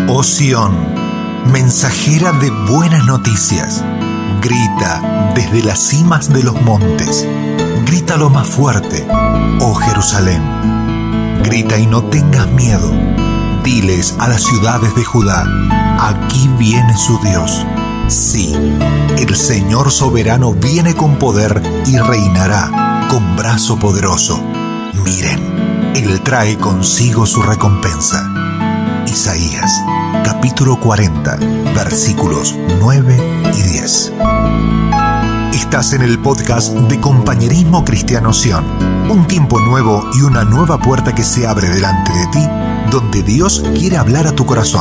Oh Sión, mensajera de buenas noticias, grita desde las cimas de los montes, grita lo más fuerte, oh Jerusalén. Grita y no tengas miedo, diles a las ciudades de Judá, aquí viene su Dios. Sí, el Señor soberano viene con poder y reinará con brazo poderoso. Miren, Él trae consigo su recompensa. Isaías, capítulo 40, versículos 9 y 10. Estás en el podcast de Compañerismo Cristiano Sion, un tiempo nuevo y una nueva puerta que se abre delante de ti, donde Dios quiere hablar a tu corazón.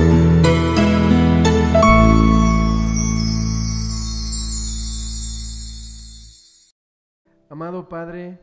Amado Padre,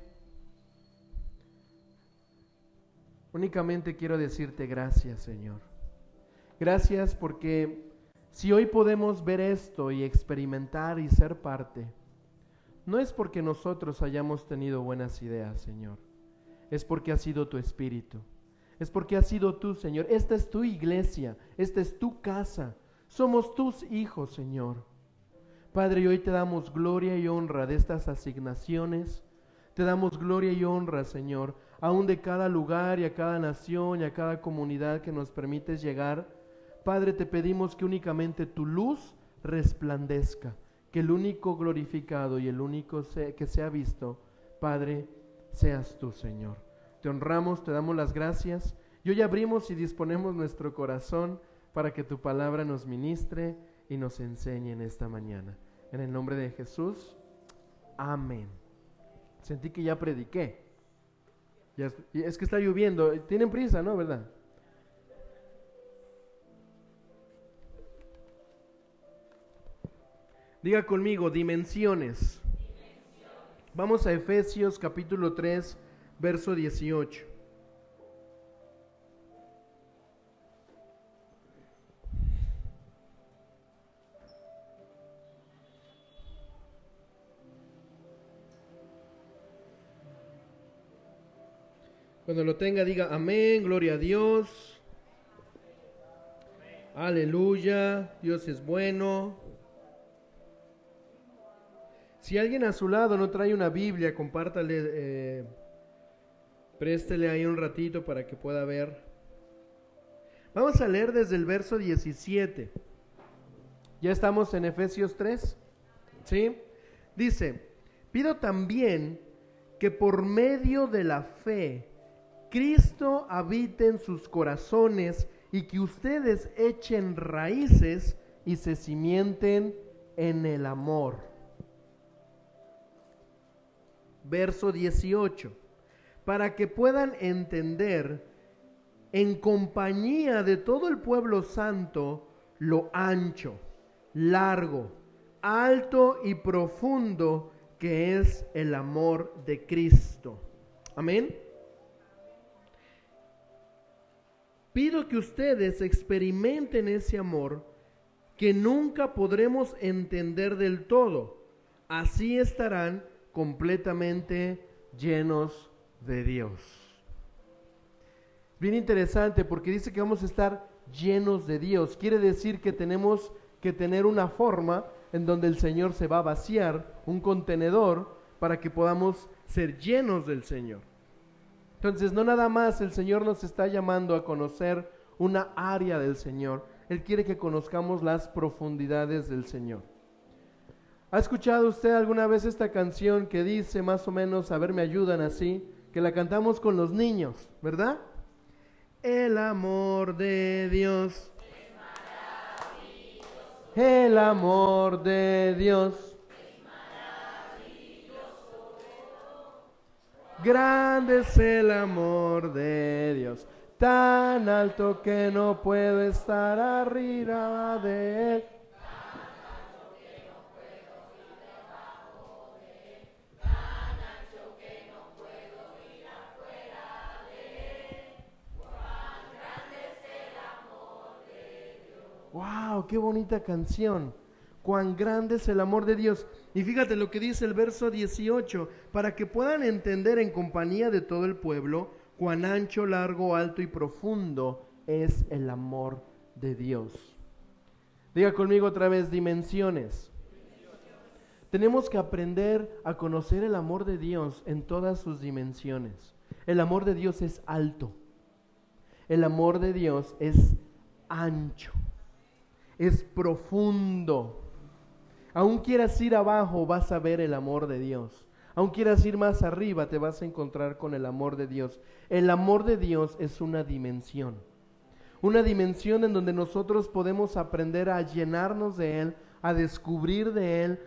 únicamente quiero decirte gracias, Señor. Gracias porque si hoy podemos ver esto y experimentar y ser parte, no es porque nosotros hayamos tenido buenas ideas, Señor. Es porque ha sido tu Espíritu. Es porque has sido tú, Señor. Esta es tu iglesia. Esta es tu casa. Somos tus hijos, Señor. Padre, y hoy te damos gloria y honra de estas asignaciones. Te damos gloria y honra, Señor, aún de cada lugar y a cada nación y a cada comunidad que nos permites llegar. Padre, te pedimos que únicamente tu luz resplandezca, que el único glorificado y el único que sea visto, Padre, seas tú, Señor. Te honramos, te damos las gracias y hoy abrimos y disponemos nuestro corazón para que tu palabra nos ministre y nos enseñe en esta mañana. En el nombre de Jesús, amén. Sentí que ya prediqué. Es que está lloviendo. Tienen prisa, ¿no? ¿Verdad? Diga conmigo, dimensiones. Vamos a Efesios capítulo 3, verso 18. Cuando lo tenga, diga amén, gloria a Dios. Aleluya, Dios es bueno. Si alguien a su lado no trae una Biblia, compártale, préstele ahí un ratito para que pueda ver. Vamos a leer desde el verso 17. Ya estamos en Efesios 3, ¿sí? Dice, pido también que por medio de la fe Cristo habite en sus corazones y que ustedes echen raíces y se cimienten en el amor. Verso 18. Para que puedan entender en compañía de todo el pueblo santo lo ancho, largo, alto y profundo que es el amor de Cristo. Amén. Pido que ustedes experimenten ese amor que nunca podremos entender del todo. Así estarán completamente llenos de Dios. Bien interesante porque dice que vamos a estar llenos de Dios. Quiere decir que tenemos que tener una forma en donde el Señor se va a vaciar, un contenedor para que podamos ser llenos del Señor. Entonces, no nada más el Señor nos está llamando a conocer una área del Señor. Él quiere que conozcamos las profundidades del Señor. ¿Ha escuchado usted alguna vez esta canción que dice más o menos, a ver, me ayudan así, que la cantamos con los niños, ¿verdad? El amor de Dios es maravilloso. El amor de Dios. Grande es el amor de Dios, tan alto que no puedo estar arriba de Él. Tan alto que no puedo ir debajo de Él, tan ancho que no puedo ir afuera de Él. Cuán grande es el amor de Dios. ¡Wow! ¡Qué bonita canción! Cuán grande es el amor de Dios. Y fíjate lo que dice el verso 18, para que puedan entender en compañía de todo el pueblo cuán ancho, largo, alto y profundo es el amor de Dios. Diga conmigo otra vez, dimensiones. Tenemos que aprender a conocer el amor de Dios en todas sus dimensiones. El amor de Dios es alto. El amor de Dios es ancho. Es profundo. Aún quieras ir abajo, vas a ver el amor de Dios. Aún quieras ir más arriba, te vas a encontrar con el amor de Dios. El amor de Dios es una dimensión. Una dimensión en donde nosotros podemos aprender a llenarnos de Él, a descubrir de Él,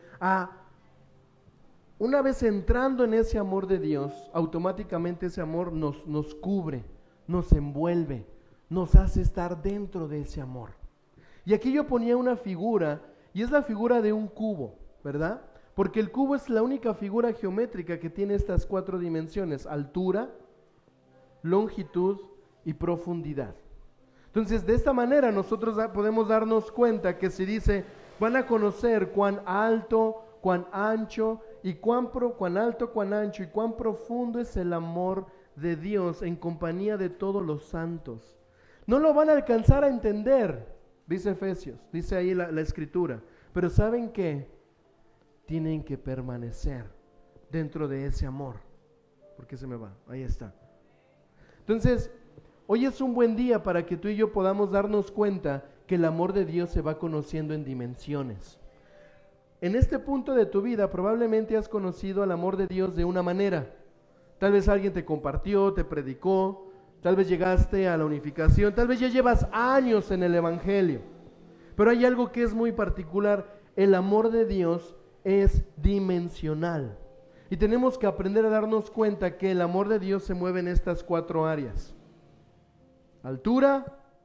una vez entrando en ese amor de Dios, automáticamente ese amor nos cubre, nos envuelve, nos hace estar dentro de ese amor. Y aquí yo ponía una figura, y es la figura de un cubo, ¿verdad? Porque el cubo es la única figura geométrica que tiene estas 4 dimensiones: altura, longitud y profundidad. Entonces, de esta manera nosotros podemos darnos cuenta que si dice, van a conocer cuán alto, cuán ancho y cuán alto, cuán ancho y cuán profundo es el amor de Dios en compañía de todos los santos. No lo van a alcanzar a entender, dice Efesios, dice ahí la escritura, pero ¿saben qué? Tienen que permanecer dentro de ese amor. ¿Por qué se me va? Ahí está. Entonces, hoy es un buen día para que tú y yo podamos darnos cuenta que el amor de Dios se va conociendo en dimensiones. En este punto de tu vida probablemente has conocido el amor de Dios de una manera. Tal vez alguien te compartió, te predicó, tal vez llegaste a la unificación, tal vez ya llevas años en el Evangelio. Pero hay algo que es muy particular: el amor de Dios es dimensional. Y tenemos que aprender a darnos cuenta que el amor de Dios se mueve en estas 4 áreas: altura,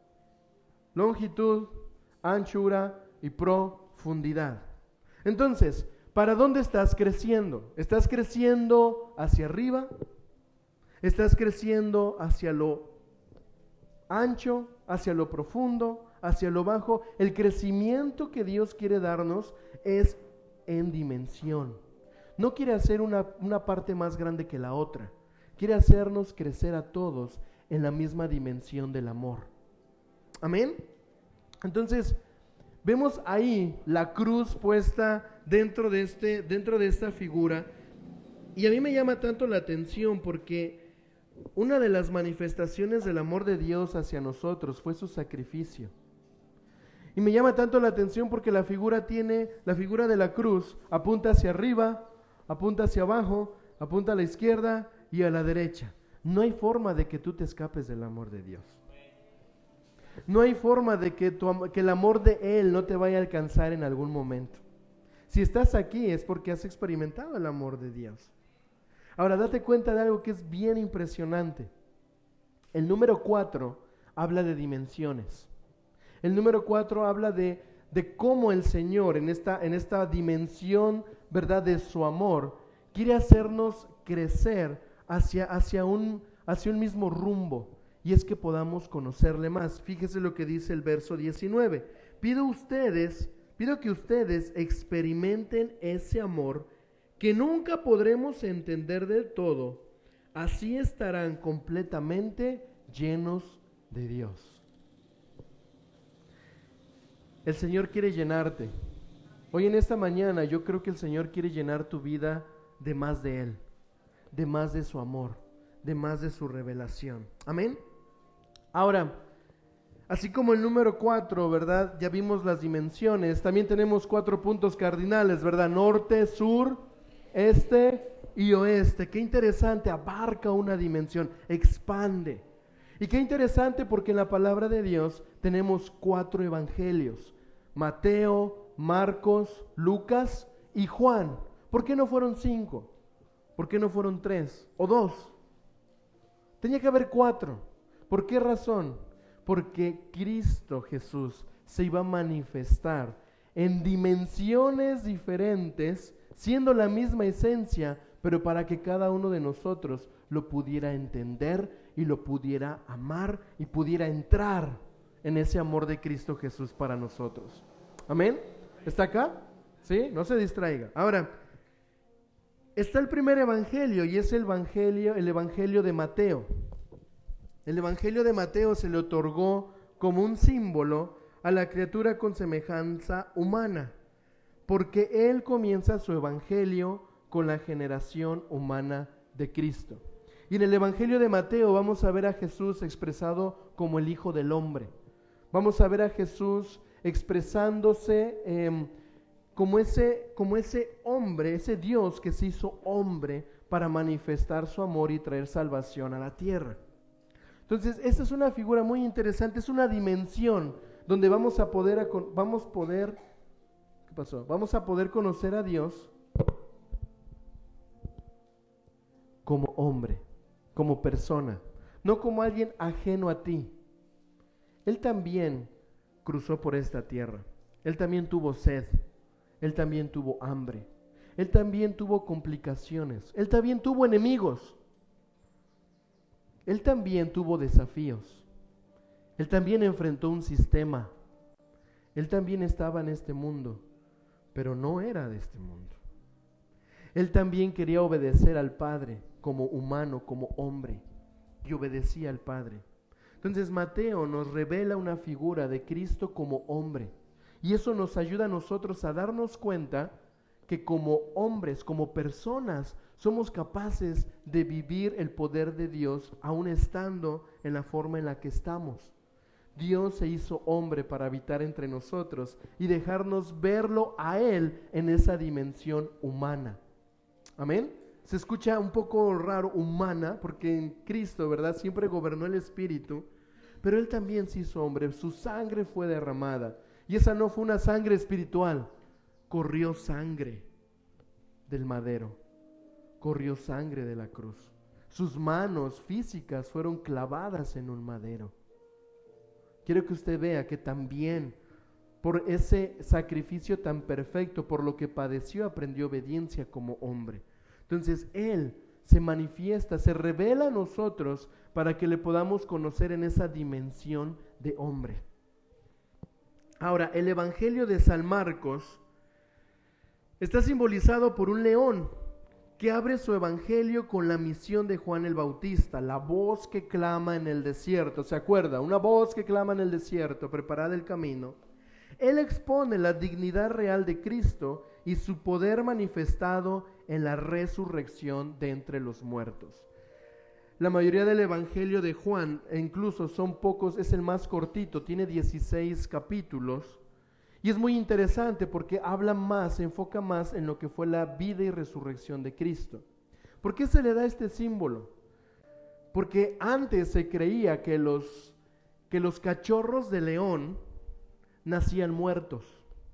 longitud, anchura y profundidad. Entonces, ¿para dónde estás creciendo? ¿Estás creciendo hacia arriba? ¿Estás creciendo hacia lo ancho, hacia lo profundo, hacia lo bajo? El crecimiento que Dios quiere darnos es en dimensión. No quiere hacer una parte más grande que la otra. Quiere hacernos crecer a todos en la misma dimensión del amor. Amén. Entonces, vemos ahí la cruz puesta dentro de esta figura, y a mí me llama tanto la atención porque una de las manifestaciones del amor de Dios hacia nosotros fue su sacrificio. Y me llama tanto la atención porque la figura de la cruz apunta hacia arriba, apunta hacia abajo, apunta a la izquierda y a la derecha. No hay forma de que tú te escapes del amor de Dios. No hay forma de que el amor de Él no te vaya a alcanzar en algún momento. Si estás aquí es porque has experimentado el amor de Dios. Ahora, date cuenta de algo que es bien impresionante. El número 4 habla de dimensiones. El número 4 habla de cómo el Señor en esta dimensión, ¿verdad?, de su amor, quiere hacernos crecer hacia un mismo rumbo. Y es que podamos conocerle más. Fíjese lo que dice el verso 19. Pido que ustedes experimenten ese amor que nunca podremos entender del todo. Así estarán completamente llenos de Dios. El Señor quiere llenarte. Hoy en esta mañana yo creo que el Señor quiere llenar tu vida de más de Él, de más de su amor, de más de su revelación. Amén. Ahora, así como el número 4, ¿verdad? Ya vimos las dimensiones. También tenemos 4 puntos cardinales, ¿verdad? Norte, sur, este y oeste. Qué interesante, abarca una dimensión, expande. Y qué interesante porque en la palabra de Dios tenemos 4 evangelios: Mateo, Marcos, Lucas y Juan. ¿Por qué no fueron 5? ¿Por qué no fueron 3 o 2? Tenía que haber 4. ¿Por qué razón? Porque Cristo Jesús se iba a manifestar en dimensiones diferentes, siendo la misma esencia, pero para que cada uno de nosotros lo pudiera entender y lo pudiera amar y pudiera entrar en ese amor de Cristo Jesús para nosotros. ¿Amén? ¿Está acá? ¿Sí? No se distraiga. Ahora, está el primer evangelio y es el evangelio de Mateo. El evangelio de Mateo se le otorgó como un símbolo a la criatura con semejanza humana, porque él comienza su evangelio con la generación humana de Cristo. Y en el evangelio de Mateo vamos a ver a Jesús expresado como el Hijo del Hombre. Vamos a ver a Jesús expresándose como ese hombre, ese Dios que se hizo hombre para manifestar su amor y traer salvación a la tierra. Entonces, esta es una figura muy interesante, es una dimensión donde vamos a poder conocer a Dios como hombre, como persona, no como alguien ajeno a ti. Él también cruzó por esta tierra, él también tuvo sed, él también tuvo hambre, él también tuvo complicaciones, él también tuvo enemigos, él también tuvo desafíos, él también enfrentó un sistema, él también estaba en este mundo, pero no era de este mundo. Él también quería obedecer al Padre como humano, como hombre, y obedecía al Padre. Entonces Mateo nos revela una figura de Cristo como hombre, y eso nos ayuda a nosotros a darnos cuenta que como hombres, como personas, somos capaces de vivir el poder de Dios aún estando en la forma en la que estamos. Dios se hizo hombre para habitar entre nosotros y dejarnos verlo a Él en esa dimensión humana. Amén. Se escucha un poco raro, humana, porque en Cristo, ¿verdad?, siempre gobernó el Espíritu, pero Él también se hizo hombre, su sangre fue derramada, y esa no fue una sangre espiritual, corrió sangre del madero, corrió sangre de la cruz, sus manos físicas fueron clavadas en un madero. Quiero que usted vea que también por ese sacrificio tan perfecto, por lo que padeció, aprendió obediencia como hombre. Entonces Él se manifiesta, se revela a nosotros para que le podamos conocer en esa dimensión de hombre. Ahora, el Evangelio de San Marcos está simbolizado por un león que abre su evangelio con la misión de Juan el Bautista, la voz que clama en el desierto. ¿Se acuerda? Una voz que clama en el desierto, preparad el camino. Él expone la dignidad real de Cristo y su poder manifestado en la resurrección de entre los muertos. La mayoría del evangelio de Juan, e incluso son pocos, es el más cortito, tiene 16 capítulos. Y es muy interesante porque habla más, se enfoca más en lo que fue la vida y resurrección de Cristo. ¿Por qué se le da este símbolo? Porque antes se creía que los cachorros de león nacían muertos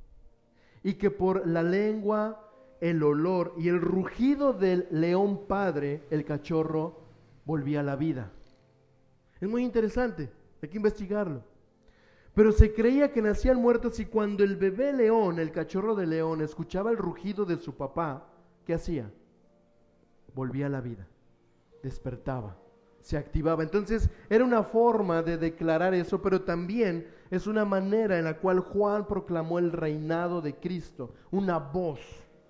y que por la lengua, el olor y el rugido del león padre, el cachorro volvía a la vida. Es muy interesante, hay que investigarlo. Pero se creía que nacían muertos y cuando el bebé león, el cachorro de león, escuchaba el rugido de su papá, ¿qué hacía? Volvía a la vida, despertaba, se activaba. Entonces era una forma de declarar eso, pero también es una manera en la cual Juan proclamó el reinado de Cristo, una voz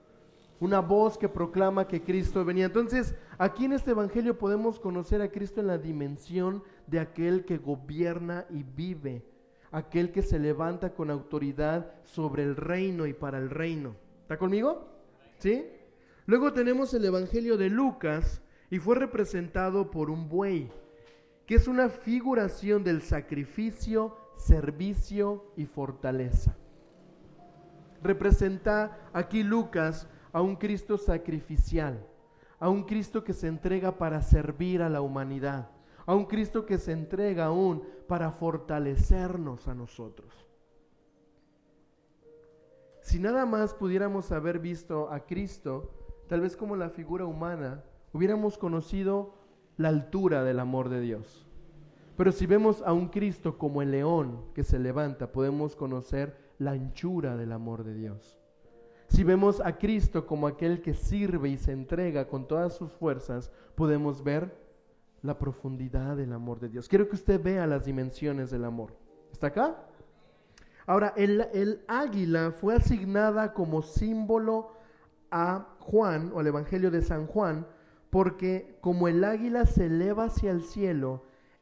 que proclama que Cristo venía. Entonces aquí en este evangelio podemos conocer a Cristo en la dimensión de aquel que gobierna y vive, aquel que se levanta con autoridad sobre el reino y para el reino. ¿Está conmigo? ¿Sí? Luego tenemos el evangelio de Lucas y fue representado por un buey, que es una figuración del sacrificio, servicio y fortaleza. Representa aquí Lucas a un Cristo sacrificial, a un Cristo que se entrega para servir a la humanidad, a un Cristo que se entrega aún para fortalecernos a nosotros. Si nada más pudiéramos haber visto a Cristo, tal vez como la figura humana, hubiéramos conocido la altura del amor de Dios. Pero si vemos a un Cristo como el león que se levanta, podemos conocer la anchura del amor de Dios. Si vemos a Cristo como aquel que sirve y se entrega con todas sus fuerzas, podemos ver la profundidad del amor de Dios. Quiero que usted vea las dimensiones del amor. ¿Está acá? Ahora, el águila fue asignada como símbolo a Juan, o al Evangelio de San Juan, porque como el águila se eleva hacia el cielo,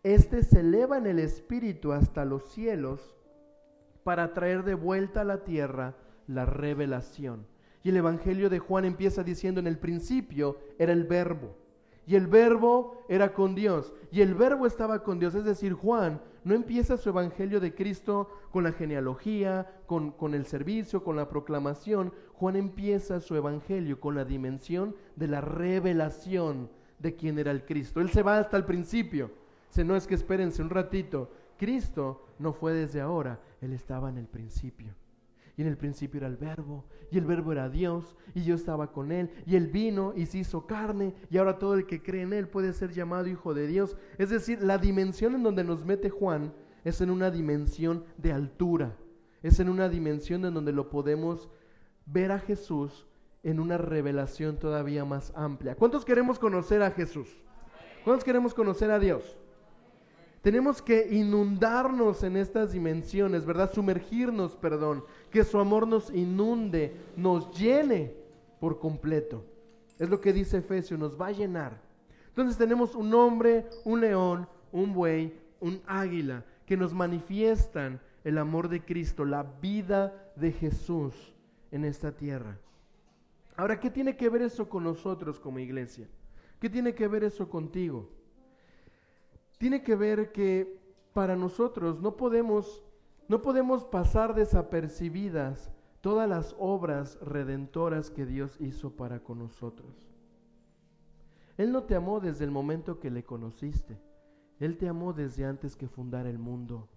Este se eleva en el espíritu hasta los cielos para traer de vuelta a la tierra la revelación. Y el Evangelio de Juan empieza diciendo: en el principio era el Verbo, y el Verbo era con Dios, y el Verbo estaba con Dios. Es decir, Juan no empieza su Evangelio de Cristo con la genealogía, con el servicio, con la proclamación. Juan empieza su Evangelio con la dimensión de la revelación de quién era el Cristo. Él se va hasta el principio. Dice: no, es que espérense un ratito. Cristo no fue desde ahora, Él estaba en el principio. Y en el principio era el Verbo, y el Verbo era Dios, y Dios estaba con Él, y Él vino y se hizo carne, y ahora todo el que cree en Él puede ser llamado hijo de Dios. Es decir, la dimensión en donde nos mete Juan es en una dimensión de altura, es en una dimensión en donde lo podemos ver a Jesús en una revelación todavía más amplia. ¿Cuántos queremos conocer a Jesús? ¿Cuántos queremos conocer a Dios? Tenemos que inundarnos en estas dimensiones, ¿verdad? Sumergirnos, que su amor nos inunde, nos llene por completo. Es lo que dice Efesios, nos va a llenar. Entonces tenemos un hombre, un león, un buey, un águila, que nos manifiestan el amor de Cristo, la vida de Jesús en esta tierra. Ahora, ¿qué tiene que ver eso con nosotros como iglesia? ¿Qué tiene que ver eso contigo? Tiene que ver que para nosotros no podemos pasar desapercibidas todas las obras redentoras que Dios hizo para con nosotros. Él no te amó desde el momento que le conociste. Él te amó desde antes que fundara el mundo.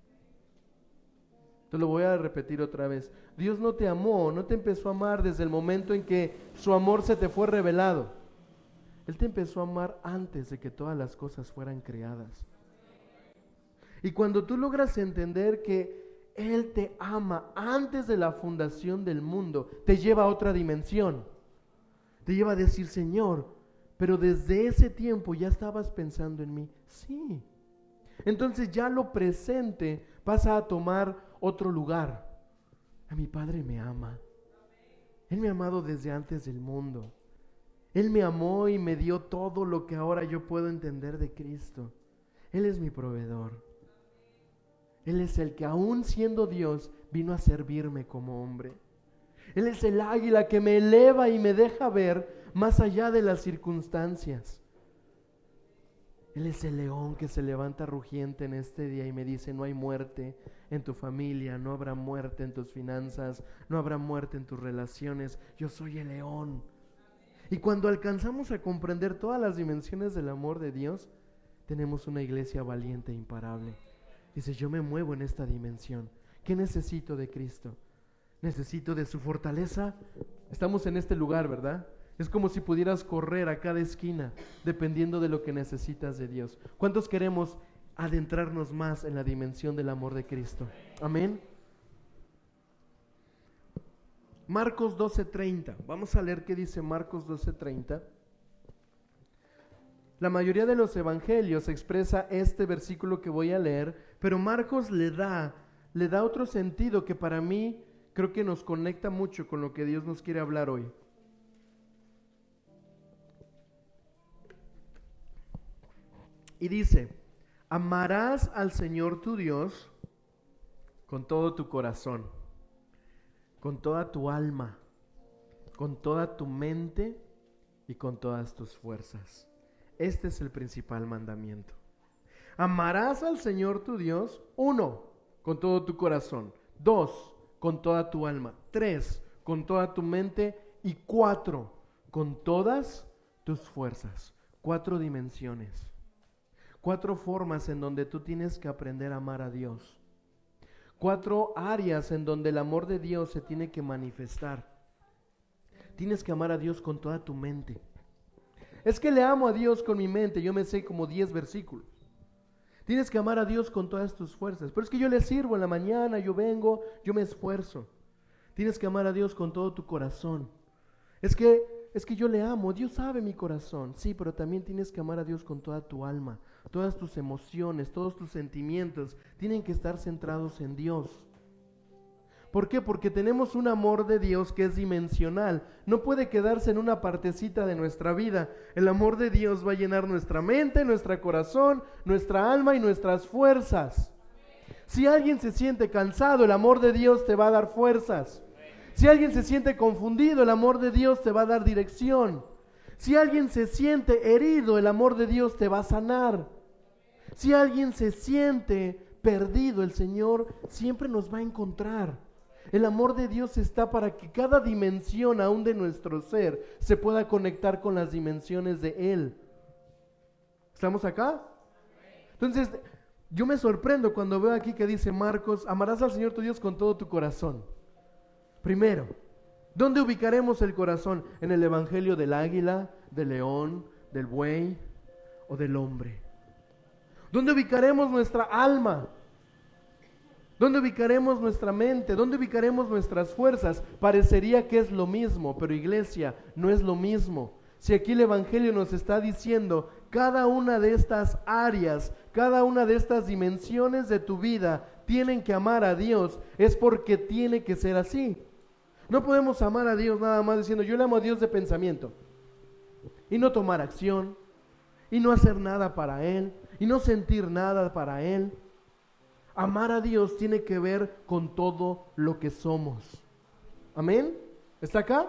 Te lo voy a repetir otra vez. Dios no te amó, no te empezó a amar desde el momento en que su amor se te fue revelado. Él te empezó a amar antes de que todas las cosas fueran creadas. Y cuando tú logras entender que Él te ama antes de la fundación del mundo, te lleva a otra dimensión. Te lleva a decir: Señor, pero desde ese tiempo ya estabas pensando en mí. Sí. Entonces ya lo presente pasa a tomar otro lugar. A mi Padre me ama. Él me ha amado desde antes del mundo. Él me amó y me dio todo lo que ahora yo puedo entender de Cristo. Él es mi proveedor. Él es el que, aún siendo Dios, vino a servirme como hombre. Él es el águila que me eleva y me deja ver más allá de las circunstancias. Él es el león que se levanta rugiente en este día y me dice: no hay muerte en tu familia, no habrá muerte en tus finanzas, no habrá muerte en tus relaciones. Yo soy el león. Y cuando alcanzamos a comprender todas las dimensiones del amor de Dios, tenemos una iglesia valiente e imparable. Dice: yo me muevo en esta dimensión. ¿Qué necesito de Cristo? Necesito de su fortaleza. Estamos en este lugar, ¿verdad? Es como si pudieras correr a cada esquina, dependiendo de lo que necesitas de Dios. ¿Cuántos queremos adentrarnos más en la dimensión del amor de Cristo? Amén. Marcos 12:30. Vamos a leer qué dice Marcos 12:30. La mayoría de los evangelios expresa este versículo que voy a leer, pero Marcos le da otro sentido que para mí creo que nos conecta mucho con lo que Dios nos quiere hablar hoy. Y dice: amarás al Señor tu Dios con todo tu corazón, con toda tu alma, con toda tu mente y con todas tus fuerzas. Este es el principal mandamiento. Amarás al Señor tu Dios, 1, con todo tu corazón, 2, con toda tu alma, 3, con toda tu mente y 4, con todas tus fuerzas. 4 dimensiones, 4 formas en donde tú tienes que aprender a amar a Dios. 4 áreas en donde el amor de Dios se tiene que manifestar. Tienes que amar a Dios con toda tu mente. Es que le amo a Dios con mi mente, yo me sé como 10 versículos. Tienes que amar a Dios con todas tus fuerzas. Pero es que yo le sirvo en la mañana, yo vengo, yo me esfuerzo. Tienes que amar a Dios con todo tu corazón. Es que yo le amo, Dios sabe mi corazón. Sí, pero también tienes que amar a Dios con toda tu alma. Todas tus emociones, todos tus sentimientos tienen que estar centrados en Dios. ¿Por qué? Porque tenemos un amor de Dios que es dimensional. No puede quedarse en una partecita de nuestra vida. El amor de Dios va a llenar nuestra mente, nuestro corazón, nuestra alma y nuestras fuerzas. Si alguien se siente cansado, el amor de Dios te va a dar fuerzas. Si alguien se siente confundido, el amor de Dios te va a dar dirección. Si alguien se siente herido, el amor de Dios te va a sanar. Si alguien se siente perdido, el Señor siempre nos va a encontrar. El amor de Dios está para que cada dimensión aún de nuestro ser se pueda conectar con las dimensiones de Él. ¿Estamos acá? Entonces, yo me sorprendo cuando veo aquí que dice Marcos, amarás al Señor tu Dios con todo tu corazón. Primero, ¿dónde ubicaremos el corazón? ¿En el evangelio del águila, del león, del buey o del hombre? ¿Dónde ubicaremos nuestra alma? ¿Dónde ubicaremos nuestra mente? ¿Dónde ubicaremos nuestras fuerzas? Parecería que es lo mismo, pero iglesia, no es lo mismo. Si aquí el evangelio nos está diciendo cada una de estas áreas, cada una de estas dimensiones de tu vida tienen que amar a Dios, es porque tiene que ser así. No podemos amar a Dios nada más diciendo yo le amo a Dios de pensamiento y no tomar acción y no hacer nada para Él y no sentir nada para Él. Amar a Dios tiene que ver con todo lo que somos. ¿Amén? ¿Está acá?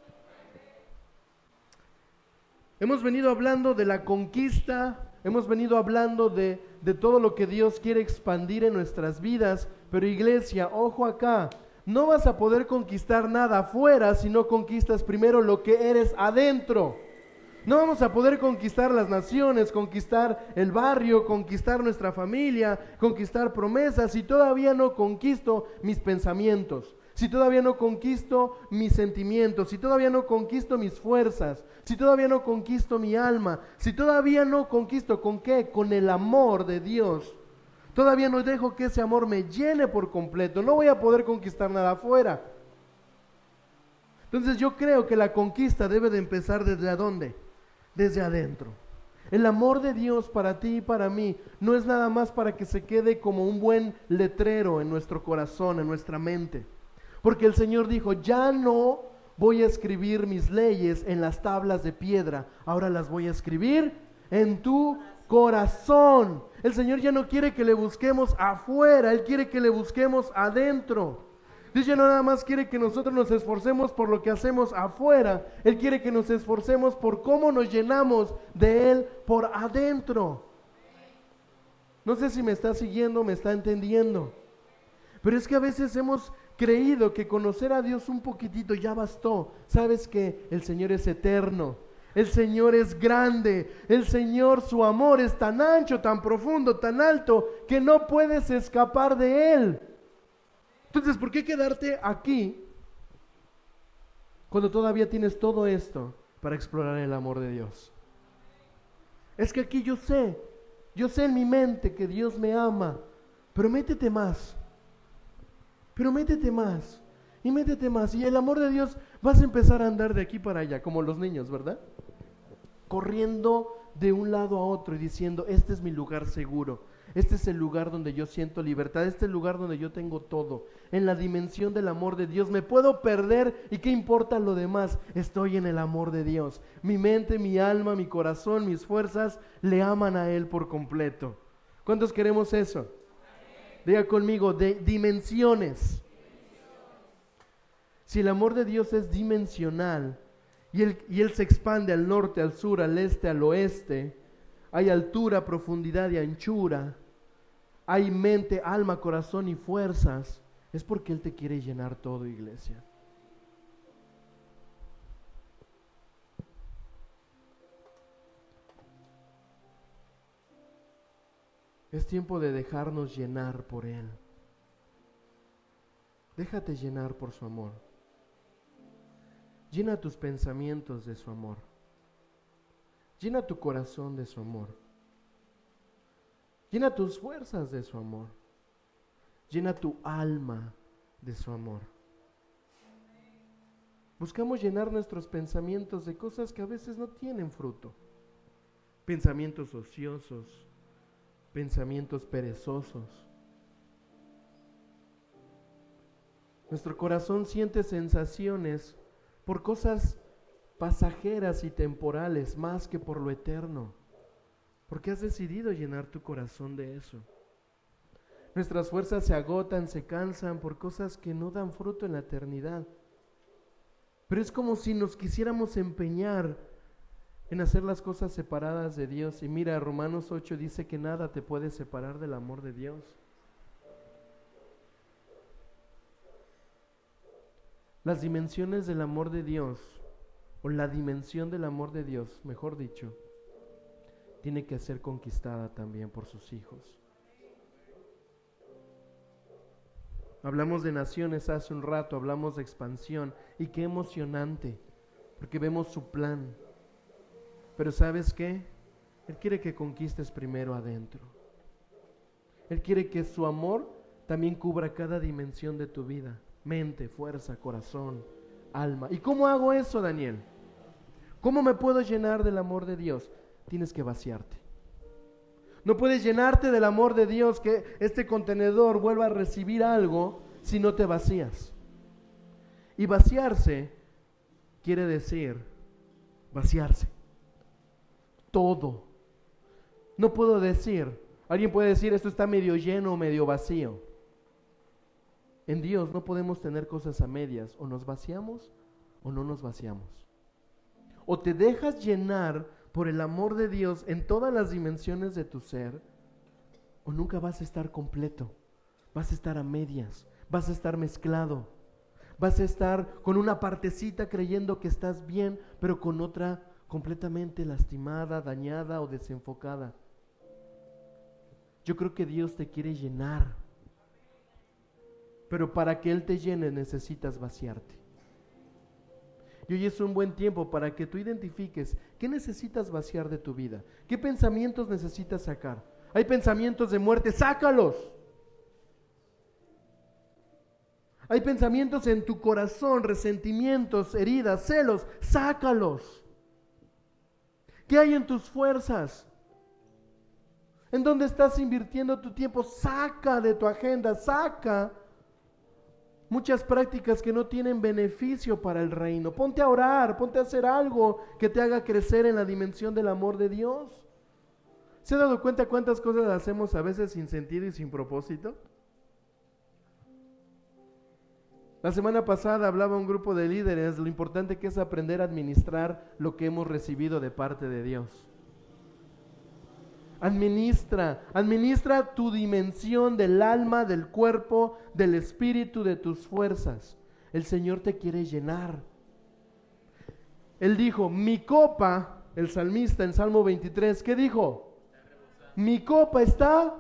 Hemos venido hablando de la conquista, hemos venido hablando de todo lo que Dios quiere expandir en nuestras vidas, pero iglesia, ojo acá, no vas a poder conquistar nada afuera si no conquistas primero lo que eres adentro. No vamos a poder conquistar las naciones, conquistar el barrio, conquistar nuestra familia, conquistar promesas, si todavía no conquisto mis pensamientos, si todavía no conquisto mis sentimientos, si todavía no conquisto mis fuerzas, si todavía no conquisto mi alma, si todavía no conquisto, ¿con qué? Con el amor de Dios. Todavía no dejo que ese amor me llene por completo, no voy a poder conquistar nada afuera. Entonces yo creo que la conquista debe de empezar ¿desde dónde? Desde adentro. El amor de Dios para ti y para mí no es nada más para que se quede como un buen letrero en nuestro corazón, en nuestra mente. Porque el Señor dijo, ya no voy a escribir mis leyes en las tablas de piedra, ahora las voy a escribir en tu corazón. El Señor ya no quiere que le busquemos afuera, Él quiere que le busquemos adentro. Dios ya no nada más quiere que nosotros nos esforcemos por lo que hacemos afuera, Él quiere que nos esforcemos por cómo nos llenamos de Él por adentro. No sé si me está siguiendo, me está entendiendo, pero es que a veces hemos creído que conocer a Dios un poquitito ya bastó. ¿Sabes qué? El Señor es eterno, el Señor es grande, el Señor, su amor es tan ancho, tan profundo, tan alto, que no puedes escapar de Él. Entonces, ¿por qué quedarte aquí cuando todavía tienes todo esto para explorar el amor de Dios? Es que aquí yo sé en mi mente que Dios me ama, pero métete más, y métete más, y el amor de Dios vas a empezar a andar de aquí para allá, como los niños, ¿verdad? Corriendo de un lado a otro y diciendo, este es mi lugar seguro. Este es el lugar donde yo siento libertad, este es el lugar donde yo tengo todo. En la dimensión del amor de Dios me puedo perder y qué importa lo demás, estoy en el amor de Dios. Mi mente, mi alma, mi corazón, mis fuerzas le aman a Él por completo. ¿Cuántos queremos eso? Diga conmigo, de dimensiones. Si el amor de Dios es dimensional y él se expande al norte, al sur, al este, al oeste, hay altura, profundidad y anchura, hay mente, alma, corazón y fuerzas, es porque Él te quiere llenar todo, iglesia. Es tiempo de dejarnos llenar por Él. Déjate llenar por su amor. Llena tus pensamientos de su amor. Llena tu corazón de su amor. Llena tus fuerzas de su amor. Llena tu alma de su amor. Buscamos llenar nuestros pensamientos de cosas que a veces no tienen fruto. Pensamientos ociosos, pensamientos perezosos. Nuestro corazón siente sensaciones por cosas pasajeras y temporales más que por lo eterno, porque has decidido llenar tu corazón de eso. Nuestras fuerzas se agotan, se cansan por cosas que no dan fruto en la eternidad. Pero es como si nos quisiéramos empeñar en hacer las cosas separadas de Dios. Y mira, Romanos 8 dice que nada te puede separar del amor de Dios. Las dimensiones del amor de Dios, o la dimensión del amor de Dios, mejor dicho, tiene que ser conquistada también por sus hijos. Hablamos de naciones hace un rato, hablamos de expansión, y qué emocionante, porque vemos su plan. Pero ¿sabes qué? Él quiere que conquistes primero adentro. Él quiere que su amor también cubra cada dimensión de tu vida: mente, fuerza, corazón, alma. ¿Y cómo hago eso, Daniel? ¿Cómo me puedo llenar del amor de Dios? Tienes que vaciarte. No puedes llenarte del amor de Dios, que este contenedor vuelva a recibir algo, si no te vacías. Y vaciarse quiere decir vaciarse. Todo. No puedo decir, alguien puede decir, esto está medio lleno o medio vacío. En Dios no podemos tener cosas a medias, o nos vaciamos o no nos vaciamos. O te dejas llenar por el amor de Dios en todas las dimensiones de tu ser, o nunca vas a estar completo, vas a estar a medias, vas a estar mezclado, vas a estar con una partecita creyendo que estás bien, pero con otra completamente lastimada, dañada o desenfocada. Yo creo que Dios te quiere llenar, pero para que Él te llene necesitas vaciarte. Y hoy es un buen tiempo para que tú identifiques qué necesitas vaciar de tu vida, qué pensamientos necesitas sacar. Hay pensamientos de muerte, sácalos. Hay pensamientos en tu corazón, resentimientos, heridas, celos, sácalos. ¿Qué hay en tus fuerzas? ¿En dónde estás invirtiendo tu tiempo? Saca de tu agenda, saca muchas prácticas que no tienen beneficio para el reino. Ponte a orar, ponte a hacer algo que te haga crecer en la dimensión del amor de Dios. ¿Se ha dado cuenta cuántas cosas hacemos a veces sin sentido y sin propósito? La semana pasada hablaba un grupo de líderes de lo importante que es aprender a administrar lo que hemos recibido de parte de Dios. Administra tu dimensión del alma, del cuerpo, del espíritu, de tus fuerzas. El Señor te quiere llenar. Él dijo, mi copa, el salmista en Salmo 23, ¿qué dijo? Mi copa está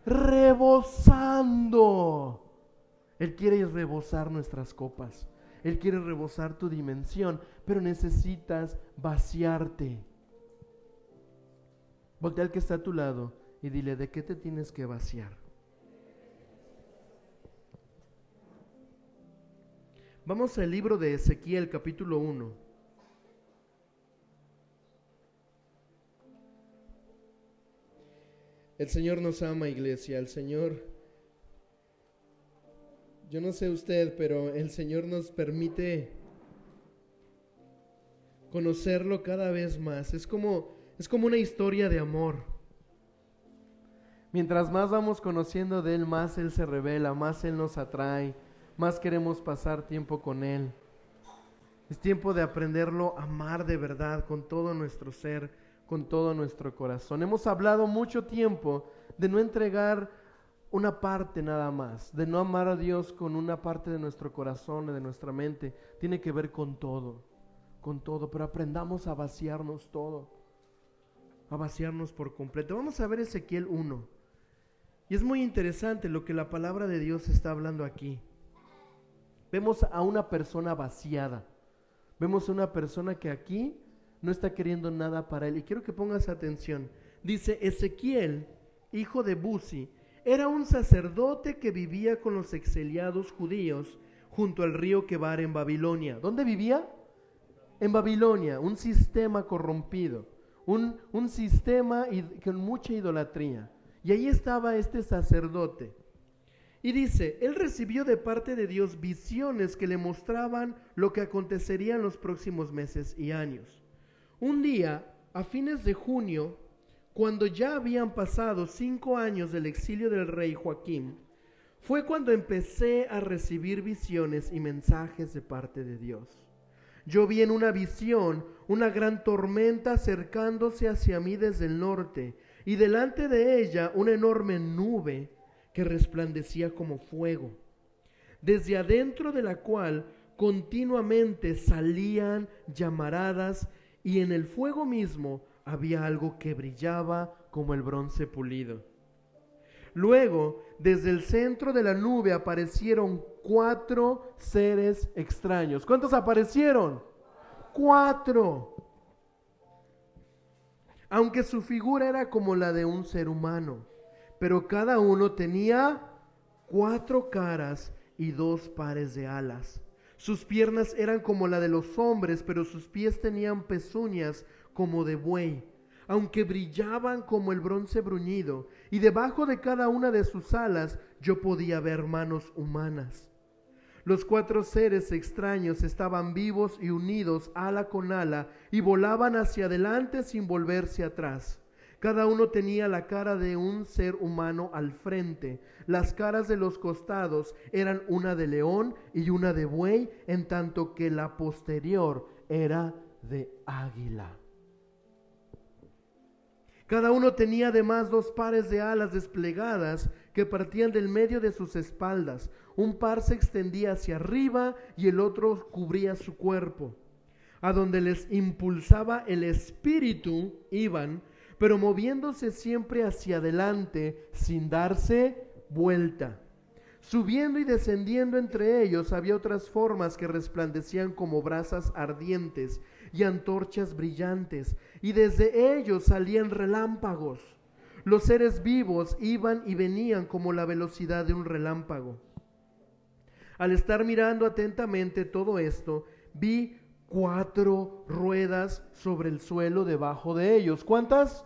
rebosando. Él quiere rebosar nuestras copas. Él quiere rebosar tu dimensión, pero necesitas vaciarte. Voltea al que está a tu lado y dile, ¿de qué te tienes que vaciar? Vamos al libro de Ezequiel, capítulo 1. El Señor nos ama, iglesia. El Señor, yo no sé usted, pero el Señor nos permite conocerlo cada vez más. Es como una historia de amor. Mientras más vamos conociendo de Él, más Él se revela, más Él nos atrae, más queremos pasar tiempo con Él. Es tiempo de aprenderlo a amar de verdad, con todo nuestro ser, con todo nuestro corazón. Hemos hablado mucho tiempo de no entregar una parte nada más, de no amar a Dios con una parte de nuestro corazón, de nuestra mente. Tiene que ver con todo, pero aprendamos a vaciarnos todo. A vaciarnos por completo. Vamos a ver Ezequiel 1. Y es muy interesante lo que la palabra de Dios está hablando aquí. Vemos a una persona vaciada. Vemos a una persona que aquí no está queriendo nada para él. Y quiero que pongas atención. Dice, Ezequiel, hijo de Buzi, era un sacerdote que vivía con los exiliados judíos junto al río Quebar en Babilonia. ¿Dónde vivía? En Babilonia, un sistema corrompido. Un sistema con mucha idolatría. Y ahí estaba este sacerdote. Y dice, él recibió de parte de Dios visiones que le mostraban lo que acontecería en los próximos meses y años. Un día, a fines de junio, cuando ya habían pasado 5 años del exilio del rey Joaquín, fue cuando empecé a recibir visiones y mensajes de parte de Dios. Yo vi en una visión una gran tormenta acercándose hacia mí desde el norte, y delante de ella una enorme nube que resplandecía como fuego, desde adentro de la cual continuamente salían llamaradas, y en el fuego mismo había algo que brillaba como el bronce pulido. Luego, desde el centro de la nube aparecieron 4 seres extraños. ¿Cuántos aparecieron? 4. Aunque su figura era como la de un ser humano, pero cada uno tenía 4 caras y 2 pares de alas. Sus piernas eran como la de los hombres, pero sus pies tenían pezuñas como de buey, aunque brillaban como el bronce bruñido, y debajo de cada una de sus alas yo podía ver manos humanas. Los 4 seres extraños estaban vivos y unidos ala con ala, y volaban hacia adelante sin volverse atrás. Cada uno tenía la cara de un ser humano al frente. Las caras de los costados eran una de león y una de buey, en tanto que la posterior era de águila. Cada uno tenía además 2 pares de alas desplegadas que partían del medio de sus espaldas. Un par se extendía hacia arriba y el otro cubría su cuerpo. A donde les impulsaba el espíritu iban, pero moviéndose siempre hacia adelante sin darse vuelta. Subiendo y descendiendo entre ellos había otras formas que resplandecían como brasas ardientes y antorchas brillantes, y desde ellos salían relámpagos. Los seres vivos iban y venían como la velocidad de un relámpago. Al estar mirando atentamente todo esto, vi 4 ruedas sobre el suelo debajo de ellos. ¿Cuántas?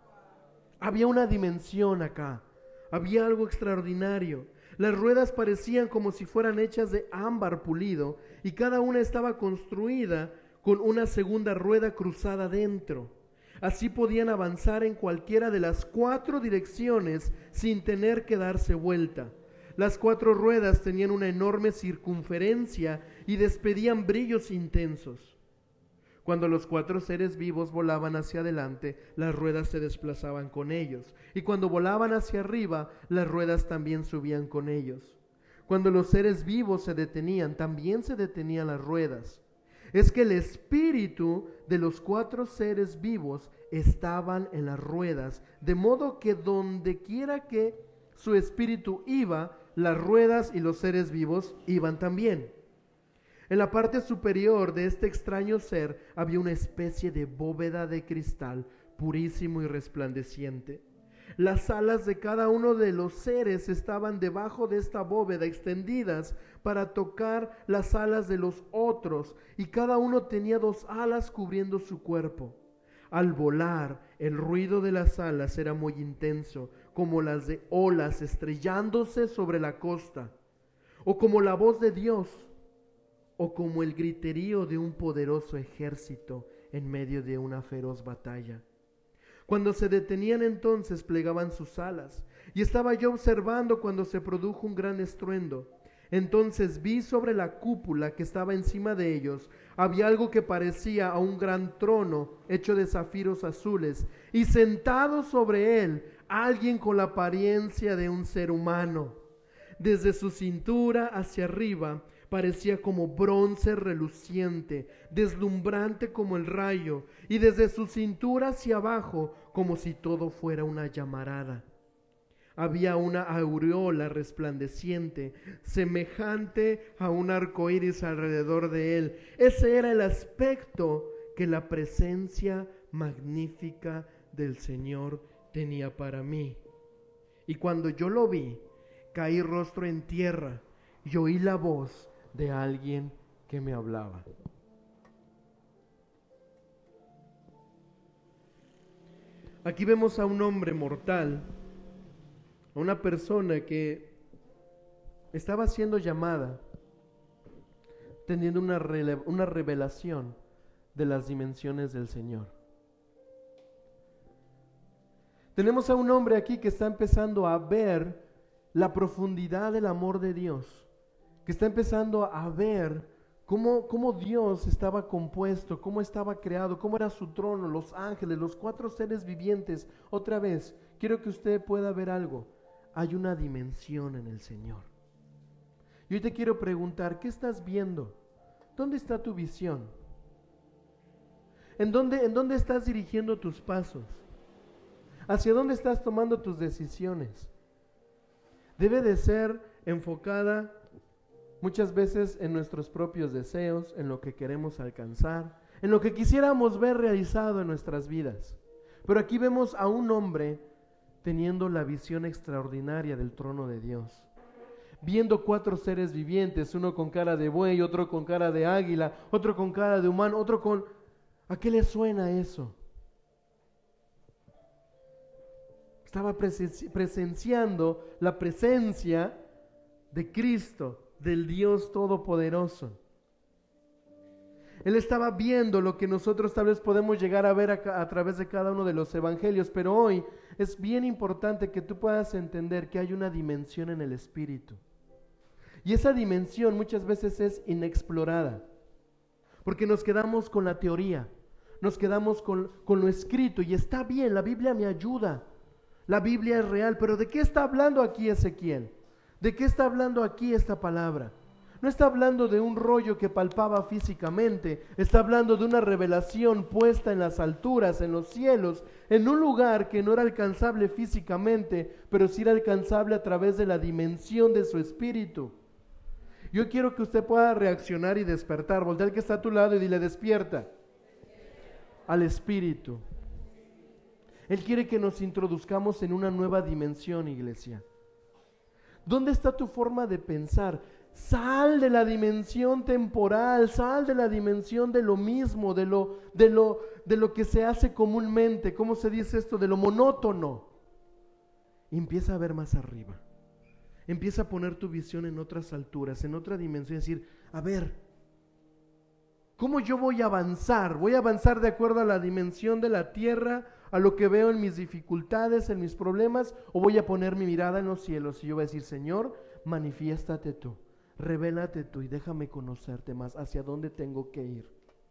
Había una dimensión acá, había algo extraordinario. Las ruedas parecían como si fueran hechas de ámbar pulido, y cada una estaba construida con una segunda rueda cruzada dentro. Así podían avanzar en cualquiera de las 4 direcciones sin tener que darse vuelta. Las 4 ruedas tenían una enorme circunferencia y despedían brillos intensos. Cuando los 4 seres vivos volaban hacia adelante, las ruedas se desplazaban con ellos, y cuando volaban hacia arriba, las ruedas también subían con ellos. Cuando los seres vivos se detenían, también se detenían las ruedas. Es que el espíritu de los 4 seres vivos estaban en las ruedas, de modo que donde quiera que su espíritu iba, las ruedas y los seres vivos iban también. En la parte superior de este extraño ser había una especie de bóveda de cristal purísimo y resplandeciente. Las alas de cada uno de los seres estaban debajo de esta bóveda, extendidas para tocar las alas de los otros, y cada uno tenía 2 alas cubriendo su cuerpo. Al volar, el ruido de las alas era muy intenso, como las de olas estrellándose sobre la costa, o como la voz de Dios, o como el griterío de un poderoso ejército en medio de una feroz batalla. Cuando se detenían entonces plegaban sus alas, y estaba yo observando cuando se produjo un gran estruendo. Entonces vi sobre la cúpula que estaba encima de ellos, había algo que parecía a un gran trono hecho de zafiros azules, y sentado sobre él alguien con la apariencia de un ser humano. Desde su cintura hacia arriba parecía como bronce reluciente, deslumbrante como el rayo, y desde su cintura hacia abajo como si todo fuera una llamarada. Había una aureola resplandeciente, semejante a un arco iris alrededor de él. Ese era el aspecto que la presencia magnífica del Señor tenía para mí. Y cuando yo lo vi, caí rostro en tierra y oí la voz de alguien que me hablaba. Aquí vemos a un hombre mortal, a una persona que estaba siendo llamada, teniendo una revelación de las dimensiones del Señor. Tenemos a un hombre aquí que está empezando a ver la profundidad del amor de Dios, que está empezando a ver cómo Dios estaba compuesto, cómo estaba creado, cómo era su trono, los ángeles, los 4 seres vivientes. Otra vez, quiero que usted pueda ver algo. Hay una dimensión en el Señor. Y hoy te quiero preguntar, ¿qué estás viendo? ¿Dónde está tu visión? ¿En dónde estás dirigiendo tus pasos? ¿Hacia dónde estás tomando tus decisiones? Debe de ser enfocada muchas veces en nuestros propios deseos, en lo que queremos alcanzar, en lo que quisiéramos ver realizado en nuestras vidas. Pero aquí vemos a un hombre teniendo la visión extraordinaria del trono de Dios, viendo 4 seres vivientes, uno con cara de buey, otro con cara de águila, otro con cara de humano, otro con... ¿A qué le suena eso? Estaba presenciando la presencia de Cristo, del Dios Todopoderoso. Él estaba viendo lo que nosotros tal vez podemos llegar a ver a través de cada uno de los evangelios, pero hoy es bien importante que tú puedas entender que hay una dimensión en el Espíritu. Y esa dimensión muchas veces es inexplorada, porque nos quedamos con la teoría, nos quedamos con lo escrito, y está bien, la Biblia me ayuda. La Biblia es real, pero ¿de qué está hablando aquí Ezequiel? ¿De qué está hablando aquí esta palabra? No está hablando de un rollo que palpaba físicamente, está hablando de una revelación puesta en las alturas, en los cielos, en un lugar que no era alcanzable físicamente, pero sí era alcanzable a través de la dimensión de su espíritu. Yo quiero que usted pueda reaccionar y despertar. Voltea al que está a tu lado y dile: despierta al espíritu. Él quiere que nos introduzcamos en una nueva dimensión, iglesia. ¿Dónde está tu forma de pensar? Sal de la dimensión temporal, sal de la dimensión de lo mismo, de lo que se hace comúnmente. ¿Cómo se dice esto? De lo monótono. Y empieza a ver más arriba. Empieza a poner tu visión en otras alturas, en otra dimensión. Es decir, a ver, ¿cómo yo voy a avanzar? ¿Voy a avanzar de acuerdo a la dimensión de la tierra, a lo que veo en mis dificultades, en mis problemas? ¿O voy a poner mi mirada en los cielos y yo voy a decir: Señor, manifiéstate tú, revélate tú y déjame conocerte más, hacia dónde tengo que ir?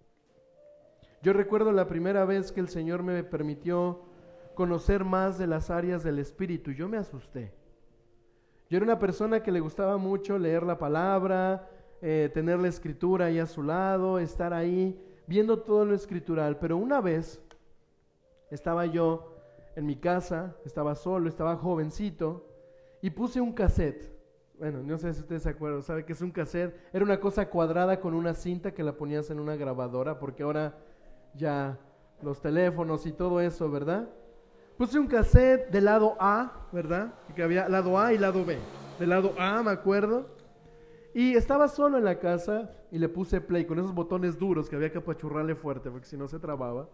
Yo recuerdo la primera vez que el Señor me permitió conocer más de las áreas del Espíritu. Yo me asusté. Yo era una persona que le gustaba mucho leer la palabra, tener la escritura ahí a su lado, estar ahí viendo todo lo escritural. Pero una vez estaba yo en mi casa, estaba solo, estaba jovencito, y puse un cassette. Bueno, no sé si ustedes se acuerdan, ¿sabe qué es un cassette? Era una cosa cuadrada con una cinta que la ponías en una grabadora, porque ahora ya los teléfonos y todo eso, ¿verdad? Puse un cassette del lado A, ¿verdad? Que había lado A y lado B. Del lado A, me acuerdo. Y estaba solo en la casa y le puse play con esos botones duros que había que apachurrarle fuerte, porque si no se trababa.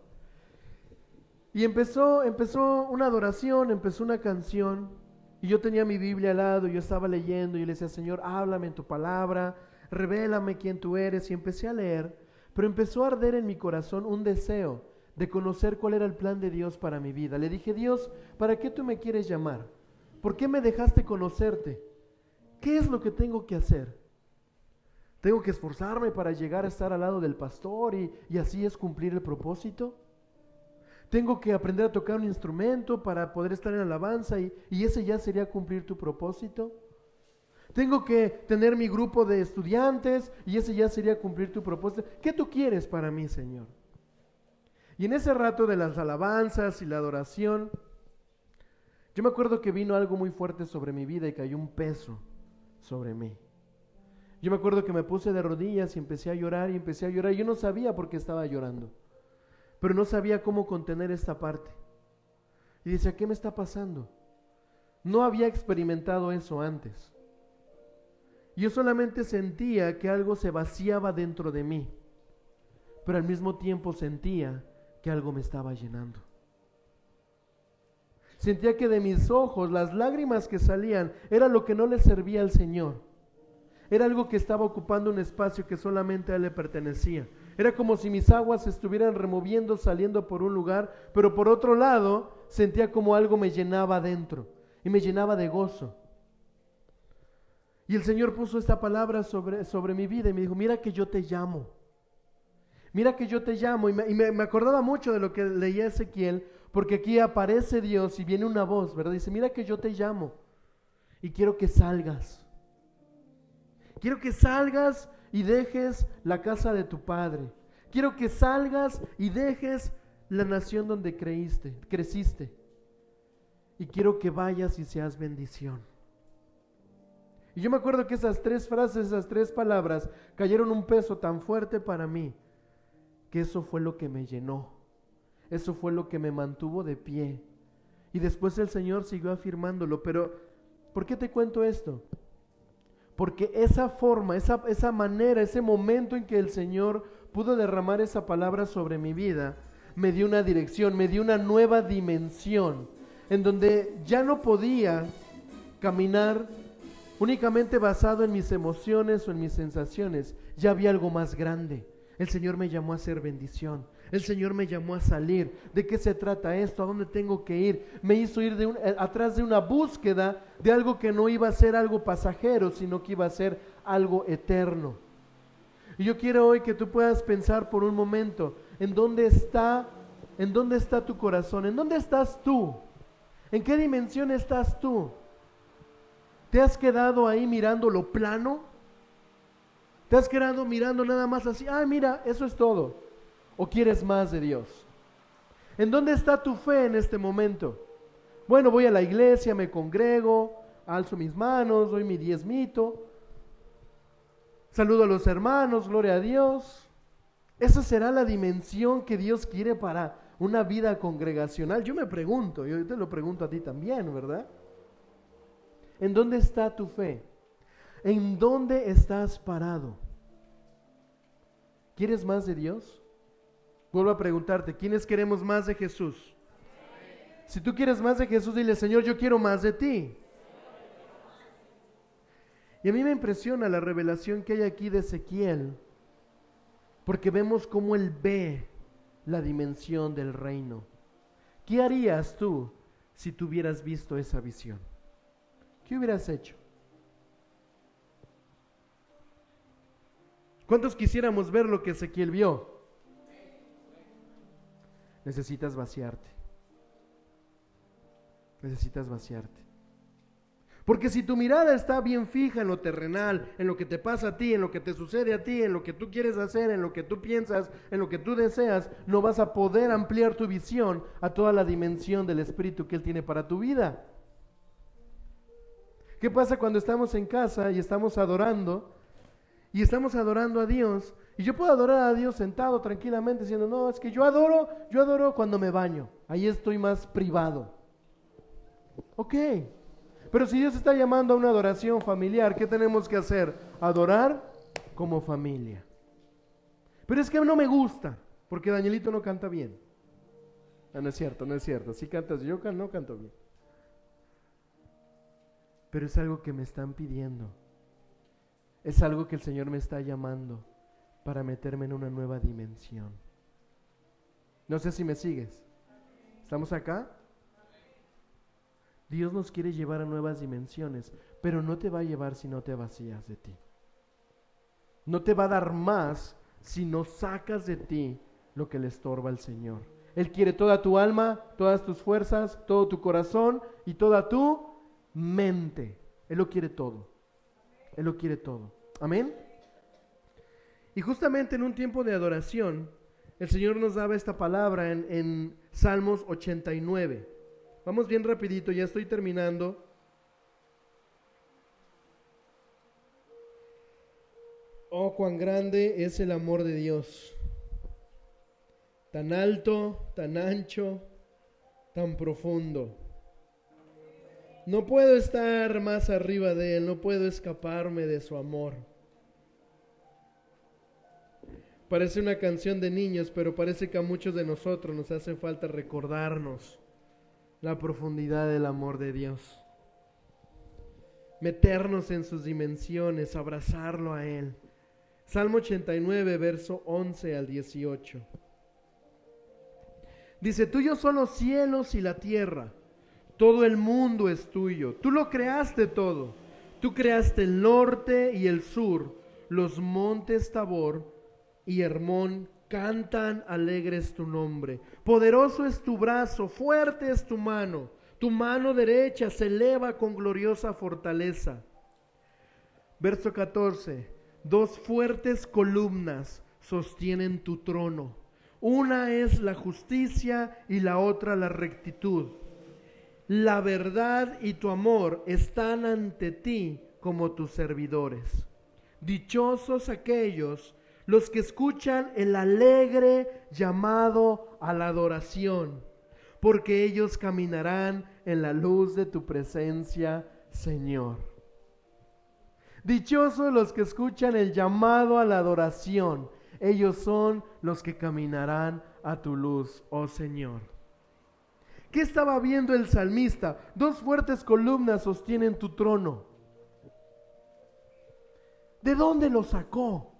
Y empezó una adoración, empezó una canción, y yo tenía mi Biblia al lado, y yo estaba leyendo, y yo le decía: Señor, háblame en tu palabra, revélame quién tú eres, y empecé a leer, pero empezó a arder en mi corazón un deseo de conocer cuál era el plan de Dios para mi vida. Le dije: Dios, ¿para qué tú me quieres llamar? ¿Por qué me dejaste conocerte? ¿Qué es lo que tengo que hacer? ¿Tengo que esforzarme para llegar a estar al lado del pastor y así es cumplir el propósito? ¿Tengo que aprender a tocar un instrumento para poder estar en alabanza y ese ya sería cumplir tu propósito? ¿Tengo que tener mi grupo de estudiantes y ese ya sería cumplir tu propósito? ¿Qué tú quieres para mí, Señor? Y en ese rato de las alabanzas y la adoración, yo me acuerdo que vino algo muy fuerte sobre mi vida y cayó un peso sobre mí. Yo me acuerdo que me puse de rodillas y empecé a llorar. Yo no sabía por qué estaba llorando, pero no sabía cómo contener esta parte. Y decía: ¿qué me está pasando? No había experimentado eso antes. Yo solamente sentía que algo se vaciaba dentro de mí, pero al mismo tiempo sentía que algo me estaba llenando. Sentía que de mis ojos las lágrimas que salían era lo que no le servía al Señor. Era algo que estaba ocupando un espacio que solamente a él le pertenecía. Era como si mis aguas se estuvieran removiendo, saliendo por un lugar, pero por otro lado sentía como algo me llenaba dentro y me llenaba de gozo. Y el Señor puso esta palabra sobre mi vida y me dijo, mira que yo te llamo. Mira que yo te llamo. Y me acordaba mucho de lo que leía Ezequiel, porque aquí aparece Dios y viene una voz, ¿verdad? Dice, mira que yo te llamo y quiero que salgas. Quiero que salgas y dejes la casa de tu padre. Quiero que salgas y dejes la nación donde creciste. Y quiero que vayas y seas bendición. Y yo me acuerdo que esas 3 frases, esas 3 palabras, cayeron un peso tan fuerte para mí, que eso fue lo que me llenó. Eso fue lo que me mantuvo de pie. Y después el Señor siguió afirmándolo. Pero, ¿por qué te cuento esto? Porque esa forma, esa manera, ese momento en que el Señor pudo derramar esa palabra sobre mi vida, me dio una dirección, me dio una nueva dimensión, en donde ya no podía caminar únicamente basado en mis emociones o en mis sensaciones. Ya había algo más grande. El Señor me llamó a ser bendición. El Señor me llamó a salir. ¿De qué se trata esto? ¿A dónde tengo que ir? Me hizo ir atrás de una búsqueda de algo que no iba a ser algo pasajero, sino que iba a ser algo eterno. Y yo quiero hoy que tú puedas pensar por un momento, ¿en dónde está tu corazón? ¿En dónde estás tú? ¿En qué dimensión estás tú? ¿Te has quedado ahí mirando lo plano? ¿Te has quedado mirando nada más así? Ah, mira, eso es todo. ¿O quieres más de Dios? ¿En dónde está tu fe en este momento? Bueno, voy a la iglesia, me congrego, alzo mis manos, doy mi diezmito, saludo a los hermanos, gloria a Dios. ¿Esa será la dimensión que Dios quiere para una vida congregacional? Yo me pregunto, yo te lo pregunto a ti también, ¿verdad? ¿En dónde está tu fe? ¿En dónde estás parado? ¿Quieres más de Dios? Vuelvo a preguntarte, ¿quiénes queremos más de Jesús? Si tú quieres más de Jesús, dile, Señor, yo quiero más de ti. Y a mí me impresiona la revelación que hay aquí de Ezequiel, porque vemos cómo él ve la dimensión del reino. ¿Qué harías tú si tú hubieras visto esa visión? ¿Qué hubieras hecho? ¿Cuántos quisiéramos ver lo que Ezequiel vio? Necesitas vaciarte. Necesitas vaciarte. Porque si tu mirada está bien fija en lo terrenal, en lo que te pasa a ti, en lo que te sucede a ti, en lo que tú quieres hacer, en lo que tú piensas, en lo que tú deseas, no vas a poder ampliar tu visión a toda la dimensión del Espíritu que Él tiene para tu vida. ¿Qué pasa cuando estamos en casa y estamos adorando a Dios? Y yo puedo adorar a Dios sentado tranquilamente diciendo, no, es que yo adoro cuando me baño. Ahí estoy más privado. Ok, pero si Dios está llamando a una adoración familiar, ¿qué tenemos que hacer? Adorar como familia. Pero es que no me gusta, porque Danielito no canta bien. No es cierto. Sí cantas, yo no canto bien. Pero es algo que me están pidiendo. Es algo que el Señor me está llamando para meterme en una nueva dimensión. No sé si me sigues. ¿Estamos acá? Dios nos quiere llevar a nuevas dimensiones, pero no te va a llevar si no te vacías de ti. No te va a dar más si no sacas de ti lo que le estorba al Señor. Él quiere toda tu alma, todas tus fuerzas, todo tu corazón y toda tu mente. Él lo quiere todo. Él lo quiere todo. Amén. Y justamente en un tiempo de adoración, el Señor nos daba esta palabra en Salmos 89. Vamos bien rapidito, ya estoy terminando. Oh, cuán grande es el amor de Dios. Tan alto, tan ancho, tan profundo. No puedo estar más arriba de Él, no puedo escaparme de su amor. Parece una canción de niños, pero parece que a muchos de nosotros nos hace falta recordarnos la profundidad del amor de Dios. meternos en sus dimensiones, abrazarlo a Él. Salmo 89, verso 11 al 18. Dice, tuyos son los cielos y la tierra, todo el mundo es tuyo, tú lo creaste todo, tú creaste el norte y el sur, los montes Tabor y Hermón cantan alegres tu nombre. Poderoso es tu brazo, fuerte es tu mano derecha se eleva con gloriosa fortaleza. Verso 14, dos fuertes columnas sostienen tu trono. Una es la justicia y la otra la rectitud. La verdad y tu amor están ante ti como tus servidores. Dichosos aquellos los que escuchan el alegre llamado a la adoración, porque ellos caminarán en la luz de tu presencia, Señor. Dichosos los que escuchan el llamado a la adoración, ellos son los que caminarán a tu luz, oh Señor. ¿Qué estaba viendo el salmista? Dos fuertes columnas sostienen tu trono. ¿De dónde lo sacó?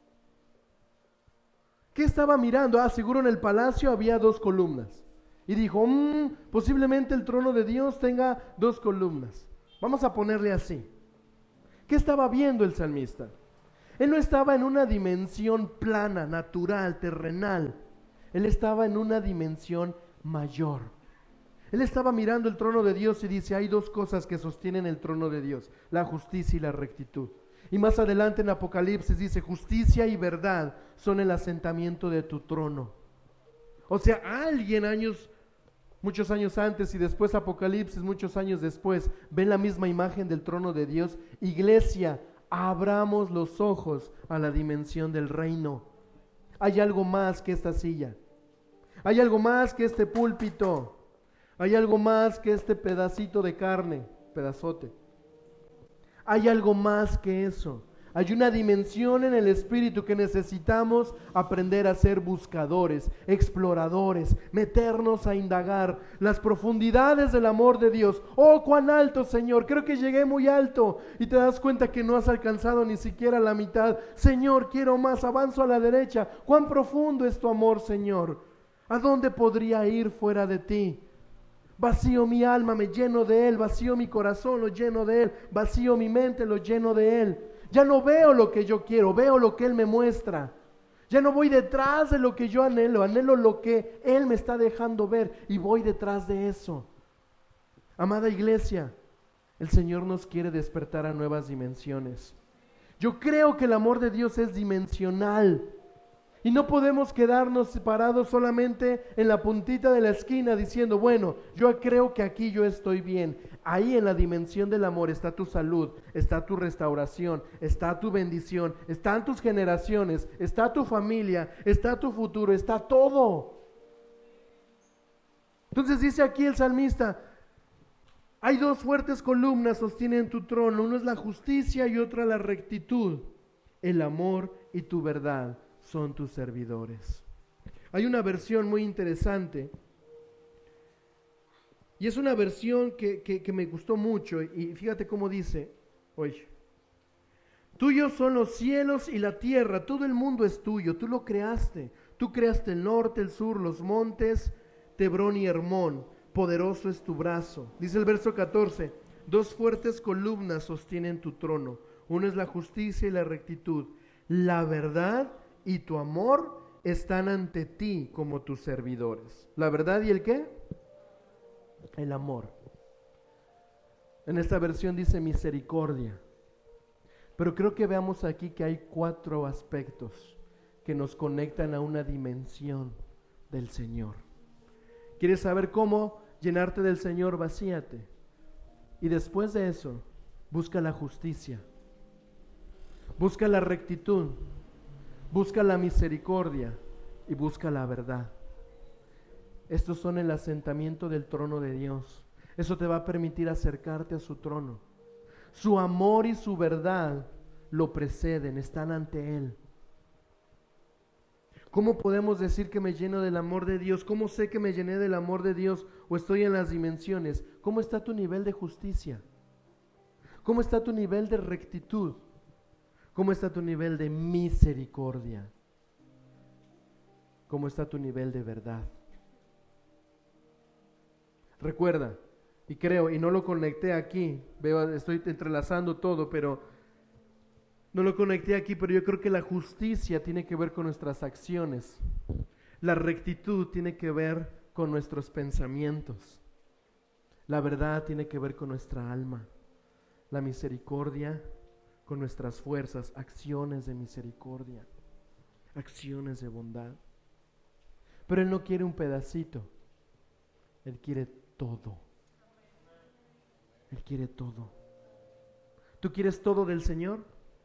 ¿Qué estaba mirando? Seguro en el palacio había dos columnas. Y dijo, posiblemente el trono de Dios tenga dos columnas. Vamos a ponerle así. ¿Qué estaba viendo el salmista? Él no estaba en una dimensión plana, natural, terrenal. Él estaba en una dimensión mayor. Él estaba mirando el trono de Dios y dice, hay dos cosas que sostienen el trono de Dios, la justicia y la rectitud. Y más adelante en Apocalipsis dice, justicia y verdad son el asentamiento de tu trono. O sea, alguien muchos años antes y después Apocalipsis, muchos años después, ven la misma imagen del trono de Dios. Iglesia, abramos los ojos a la dimensión del reino. Hay algo más que esta silla. Hay algo más que este púlpito. Hay algo más que este pedacito de carne, pedazote. Hay algo más que eso. Hay una dimensión en el espíritu que necesitamos aprender a ser buscadores, exploradores, meternos a indagar las profundidades del amor de Dios. Oh, cuán alto, Señor, creo que llegué muy alto y te das cuenta que no has alcanzado ni siquiera la mitad. Señor, quiero más, avanzo a la derecha. Cuán profundo es tu amor, Señor. ¿A dónde podría ir fuera de ti? Vacío mi alma, me lleno de Él. Vacío mi corazón, lo lleno de Él. Vacío mi mente, lo lleno de Él. Ya no veo lo que yo quiero, veo lo que Él me muestra. Ya no voy detrás de lo que yo anhelo, anhelo lo que Él me está dejando ver y voy detrás de eso. Amada iglesia, el Señor nos quiere despertar a nuevas dimensiones. Yo creo que el amor de Dios es dimensional. Y no podemos quedarnos parados solamente en la puntita de la esquina diciendo, bueno, yo creo que aquí yo estoy bien. Ahí en la dimensión del amor está tu salud, está tu restauración, está tu bendición, están tus generaciones, está tu familia, está tu futuro, está todo. Entonces dice aquí el salmista, hay dos fuertes columnas sostienen tu trono, uno es la justicia y otra la rectitud, el amor y tu verdad son tus servidores. Hay una versión muy interesante y es una versión que me gustó mucho y fíjate cómo dice, oye, tuyos son los cielos y la tierra, todo el mundo es tuyo, tú lo creaste, tú creaste el norte, el sur, los montes, Tebrón y Hermón, poderoso es tu brazo. Dice el verso 14, dos fuertes columnas sostienen tu trono, uno es la justicia y la rectitud, la verdad y tu amor están ante ti como tus servidores. ¿La verdad y el qué? El amor. En esta versión dice misericordia. Pero creo que veamos aquí que hay 4 aspectos que nos conectan a una dimensión del Señor. ¿Quieres saber cómo llenarte del Señor? Vacíate. Y después de eso, busca la justicia. Busca la rectitud. Busca la misericordia y busca la verdad. Estos son el asentamiento del trono de Dios. Eso te va a permitir acercarte a su trono. Su amor y su verdad lo preceden, están ante Él. ¿Cómo podemos decir que me lleno del amor de Dios? ¿Cómo sé que me llené del amor de Dios o estoy en las dimensiones? ¿Cómo está tu nivel de justicia? ¿Cómo está tu nivel de rectitud? ¿Cómo está tu nivel de misericordia? ¿Cómo está tu nivel de verdad? Recuerda, y creo, y no lo conecté aquí, veo, estoy entrelazando todo, pero no lo conecté aquí, pero yo creo que la justicia tiene que ver con nuestras acciones. La rectitud tiene que ver con nuestros pensamientos. La verdad tiene que ver con nuestra alma. La misericordia con nuestras fuerzas, acciones de misericordia, acciones de bondad. Pero Él no quiere un pedacito, Él quiere todo. Él quiere todo. ¿Tú quieres todo del Señor?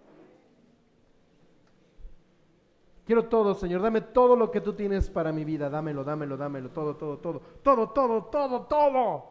Quiero todo, Señor, dame todo lo que tú tienes para mi vida, dámelo, todo, todo.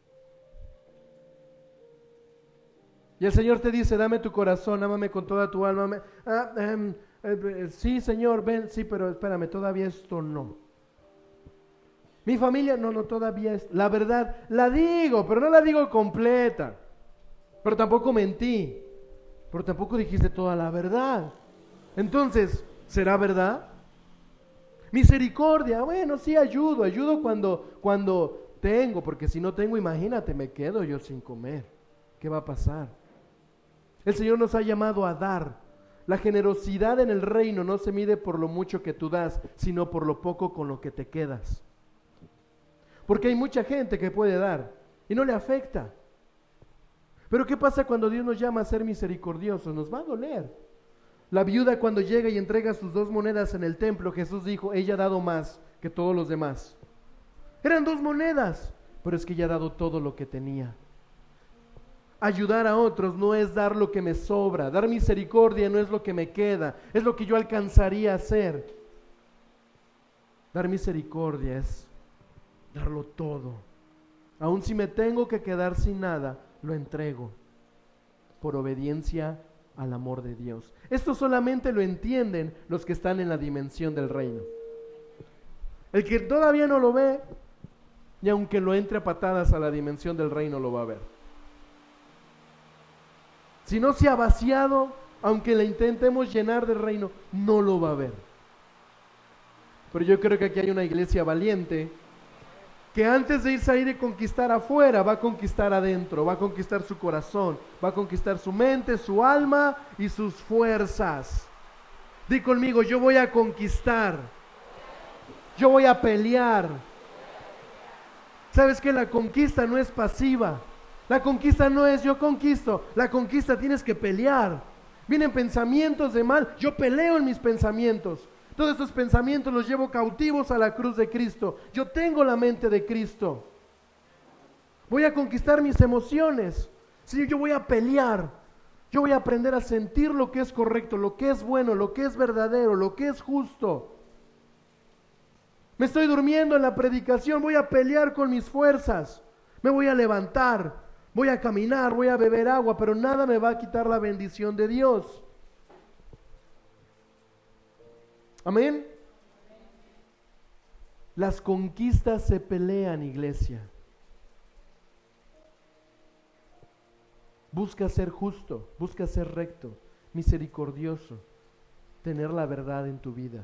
Y el Señor te dice, dame tu corazón, ámame con toda tu alma. Sí, Señor, ven, sí, pero espérame, todavía esto no. Mi familia, no, todavía es. La verdad, la digo, pero no la digo completa. Pero tampoco mentí. Pero tampoco dijiste toda la verdad. Entonces, ¿será verdad? Misericordia, bueno, sí, ayudo cuando tengo, porque si no tengo, imagínate, me quedo yo sin comer. ¿Qué va a pasar? El Señor nos ha llamado a dar. La generosidad en el reino no se mide por lo mucho que tú das, sino por lo poco con lo que te quedas. Porque hay mucha gente que puede dar y no le afecta. Pero ¿qué pasa cuando Dios nos llama a ser misericordiosos? Nos va a doler. La viuda cuando llega y entrega sus 2 monedas en el templo, Jesús dijo, ella ha dado más que todos los demás. Eran 2 monedas, pero es que ella ha dado todo lo que tenía. Ayudar a otros no es dar lo que me sobra, dar misericordia no es lo que me queda, es lo que yo alcanzaría a hacer. Dar misericordia es darlo todo. Aun si me tengo que quedar sin nada, lo entrego por obediencia al amor de Dios. Esto solamente lo entienden los que están en la dimensión del reino. El que todavía no lo ve, y aunque lo entre a patadas a la dimensión del reino, lo va a ver. Si no se ha vaciado, aunque le intentemos llenar del reino, no lo va a ver. Pero yo creo que aquí hay una iglesia valiente que antes de irse a ir y conquistar afuera, va a conquistar adentro, va a conquistar su corazón, va a conquistar su mente, su alma y sus fuerzas. Di conmigo, yo voy a conquistar, yo voy a pelear. ¿Sabes que la conquista no es pasiva? La conquista no es yo conquisto, la conquista tienes que pelear. Vienen pensamientos de mal, yo peleo en mis pensamientos. Todos estos pensamientos los llevo cautivos a la cruz de Cristo. Yo tengo la mente de Cristo. Voy a conquistar mis emociones. Sí, yo voy a pelear. Yo voy a aprender a sentir lo que es correcto, lo que es bueno, lo que es verdadero, lo que es justo. Me estoy durmiendo en la predicación, voy a pelear con mis fuerzas. Me voy a levantar. Voy a caminar, voy a beber agua, pero nada me va a quitar la bendición de Dios. Amén. Las conquistas se pelean, iglesia. Busca ser justo, busca ser recto, misericordioso, tener la verdad en tu vida.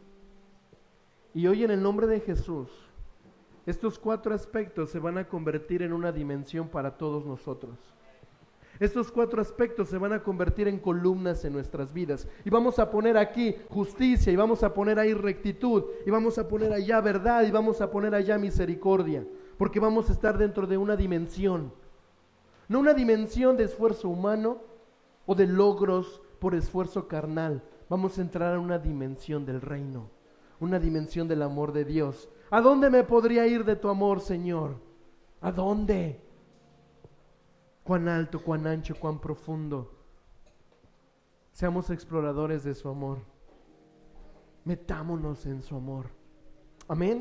Y hoy en el nombre de Jesús, estos 4 aspectos se van a convertir en una dimensión para todos nosotros. Estos 4 aspectos se van a convertir en columnas en nuestras vidas. Y vamos a poner aquí justicia, y vamos a poner ahí rectitud, y vamos a poner allá verdad, y vamos a poner allá misericordia. Porque vamos a estar dentro de una dimensión. No una dimensión de esfuerzo humano o de logros por esfuerzo carnal. Vamos a entrar a una dimensión del reino, una dimensión del amor de Dios. ¿A dónde me podría ir de tu amor, Señor? ¿A dónde? Cuán alto, cuán ancho, cuán profundo. Seamos exploradores de su amor. Metámonos en su amor. Amén.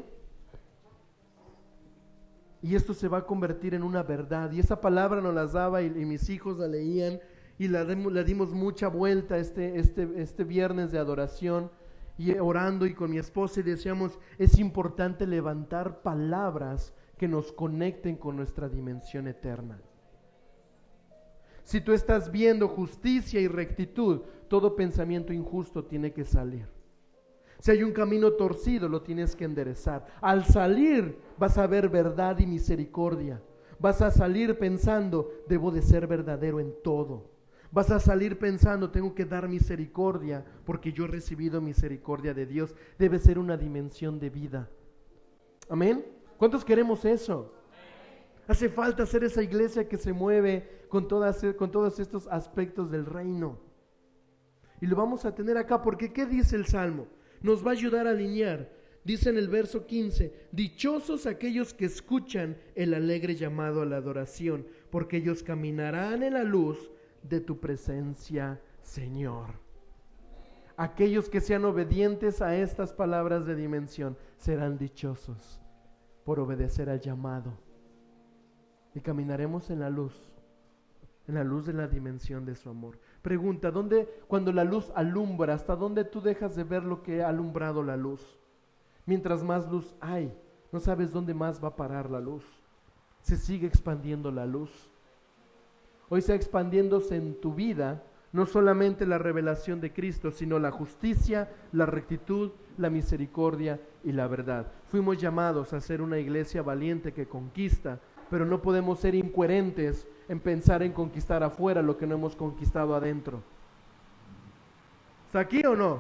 Y esto se va a convertir en una verdad. Y esa palabra nos las daba y mis hijos la leían y la dimos mucha vuelta este viernes de adoración. Y orando y con mi esposa y decíamos, es importante levantar palabras que nos conecten con nuestra dimensión eterna. Si tú estás viendo justicia y rectitud, todo pensamiento injusto tiene que salir. Si hay un camino torcido, lo tienes que enderezar. Al salir vas a ver verdad y misericordia. Vas a salir pensando, debo de ser verdadero en todo. Vas a salir pensando, tengo que dar misericordia porque yo he recibido misericordia de Dios. Debe ser una dimensión de vida. Amén. ¿Cuántos queremos eso? Hace falta ser esa iglesia que se mueve con todos estos aspectos del reino. Y lo vamos a tener acá porque ¿qué dice el Salmo? Nos va a ayudar a alinear. Dice en el verso 15, dichosos aquellos que escuchan el alegre llamado a la adoración, porque ellos caminarán en la luz de tu presencia, Señor. Aquellos que sean obedientes a estas palabras de dimensión serán dichosos por obedecer al llamado. Y caminaremos en la luz de la dimensión de su amor. Pregunta, cuando la luz alumbra, ¿hasta dónde tú dejas de ver lo que ha alumbrado la luz? Mientras más luz hay, no sabes dónde más va a parar la luz. Se sigue expandiendo la luz. Hoy está expandiéndose en tu vida no solamente la revelación de Cristo, sino la justicia, la rectitud, la misericordia y la verdad. Fuimos llamados a ser una iglesia valiente que conquista, pero no podemos ser incoherentes en pensar en conquistar afuera lo que no hemos conquistado adentro. ¿Está aquí o no?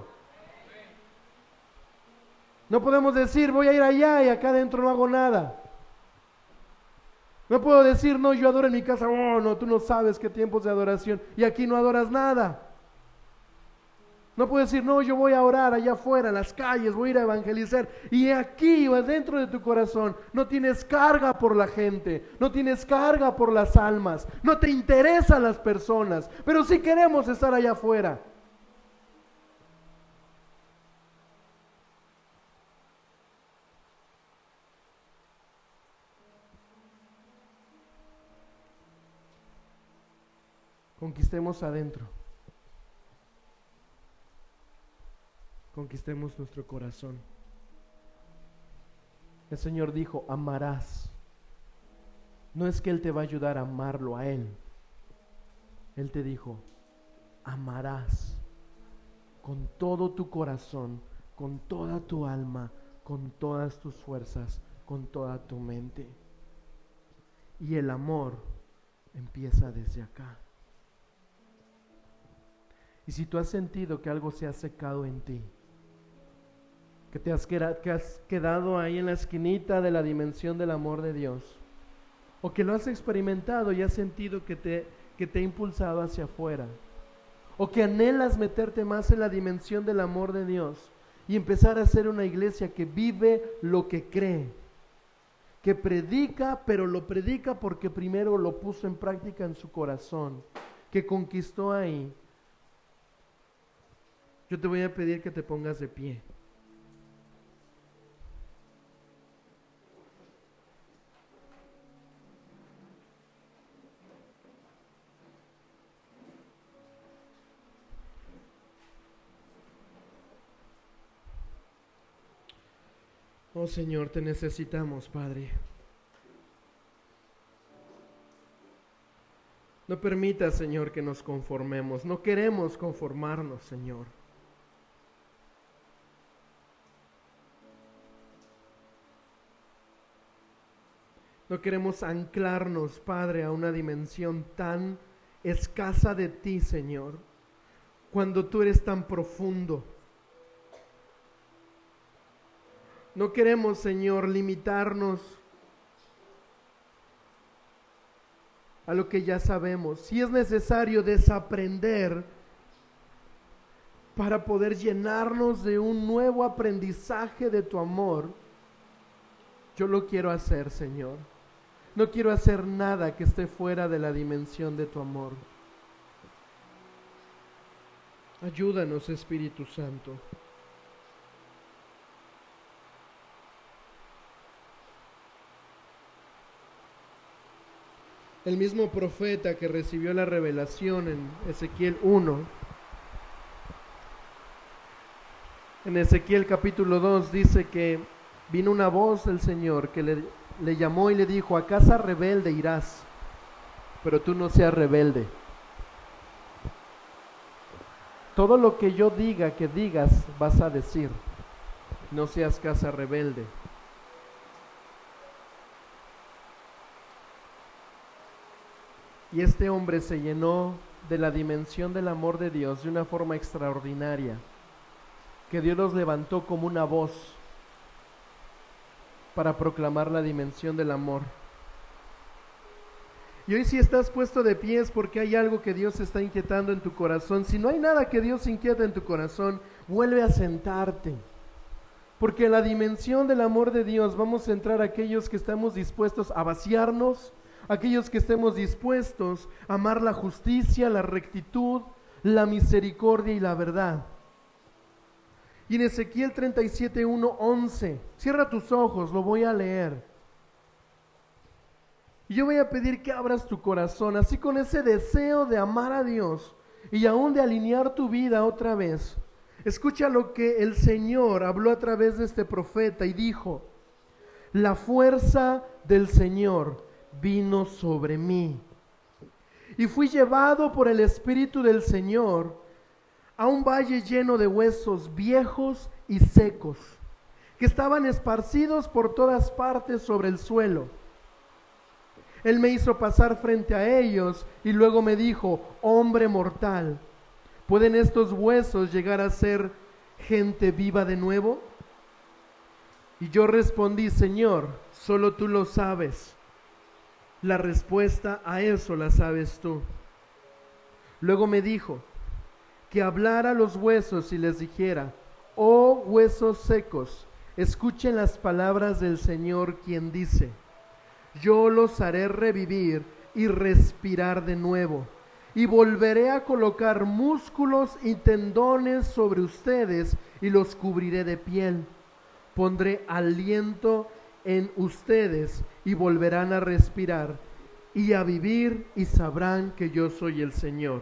No podemos decir, voy a ir allá y acá adentro no hago nada. No puedo decir, no, yo adoro en mi casa. Oh, no, tú no sabes qué tiempos de adoración y aquí no adoras nada. No puedo decir, no, yo voy a orar allá afuera, en las calles, voy a ir a evangelizar. Y aquí, dentro de tu corazón, no tienes carga por la gente, no tienes carga por las almas, no te interesan las personas, pero sí queremos estar allá afuera. Conquistemos adentro. Conquistemos nuestro corazón. El Señor dijo, amarás. No es que Él te va a ayudar a amarlo a Él. Él te dijo, amarás con todo tu corazón, con toda tu alma, con todas tus fuerzas, con toda tu mente. Y el amor empieza desde acá. Y si tú has sentido que algo se ha secado en ti, que has quedado ahí en la esquinita de la dimensión del amor de Dios, o que lo has experimentado y has sentido que te ha impulsado hacia afuera, o que anhelas meterte más en la dimensión del amor de Dios y empezar a ser una iglesia que vive lo que cree, que predica, pero lo predica porque primero lo puso en práctica en su corazón, que conquistó ahí. Yo te voy a pedir que te pongas de pie. Oh Señor, te necesitamos, Padre. No permitas, Señor, que nos conformemos. No queremos conformarnos, Señor. No queremos anclarnos, Padre, a una dimensión tan escasa de ti, Señor, cuando tú eres tan profundo. No queremos, Señor, limitarnos a lo que ya sabemos. Si es necesario desaprender para poder llenarnos de un nuevo aprendizaje de tu amor, yo lo quiero hacer, Señor. No quiero hacer nada que esté fuera de la dimensión de tu amor. Ayúdanos, Espíritu Santo. El mismo profeta que recibió la revelación en Ezequiel 1, en Ezequiel capítulo 2 dice que vino una voz del Señor que le llamó y le dijo, a casa rebelde irás, pero tú no seas rebelde. Todo lo que yo diga que digas, vas a decir. No seas casa rebelde. Y este hombre se llenó de la dimensión del amor de Dios de una forma extraordinaria, que Dios los levantó como una voz para proclamar la dimensión del amor. Y hoy si estás puesto de pie es porque hay algo que Dios está inquietando en tu corazón. Si no hay nada que Dios inquieta en tu corazón, vuelve a sentarte. Porque en la dimensión del amor de Dios vamos a entrar aquellos que estamos dispuestos a vaciarnos, aquellos que estemos dispuestos a amar la justicia, la rectitud, la misericordia y la verdad. Y en Ezequiel 37:1-11, cierra tus ojos, lo voy a leer. Y yo voy a pedir que abras tu corazón, así con ese deseo de amar a Dios y aún de alinear tu vida otra vez. Escucha lo que el Señor habló a través de este profeta y dijo: la fuerza del Señor vino sobre mí. Y fui llevado por el Espíritu del Señor a un valle lleno de huesos viejos y secos, que estaban esparcidos por todas partes sobre el suelo. Él me hizo pasar frente a ellos y luego me dijo: hombre mortal, ¿pueden estos huesos llegar a ser gente viva de nuevo? Y yo respondí: Señor, solo tú lo sabes. La respuesta a eso la sabes tú. Luego me dijo que hablara a los huesos y les dijera: oh huesos secos, escuchen las palabras del Señor, quien dice: yo los haré revivir y respirar de nuevo, y volveré a colocar músculos y tendones sobre ustedes y los cubriré de piel. Pondré aliento en ustedes y volverán a respirar y a vivir, y sabrán que yo soy el Señor.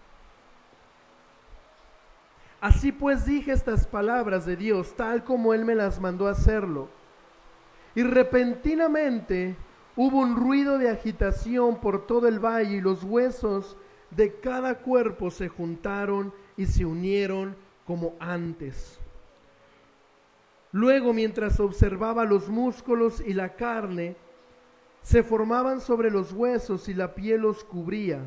Así pues dije estas palabras de Dios, tal como Él me las mandó a hacerlo. Y repentinamente hubo un ruido de agitación por todo el valle, y los huesos de cada cuerpo se juntaron y se unieron como antes. Luego, mientras observaba los músculos y la carne, se formaban sobre los huesos y la piel los cubría.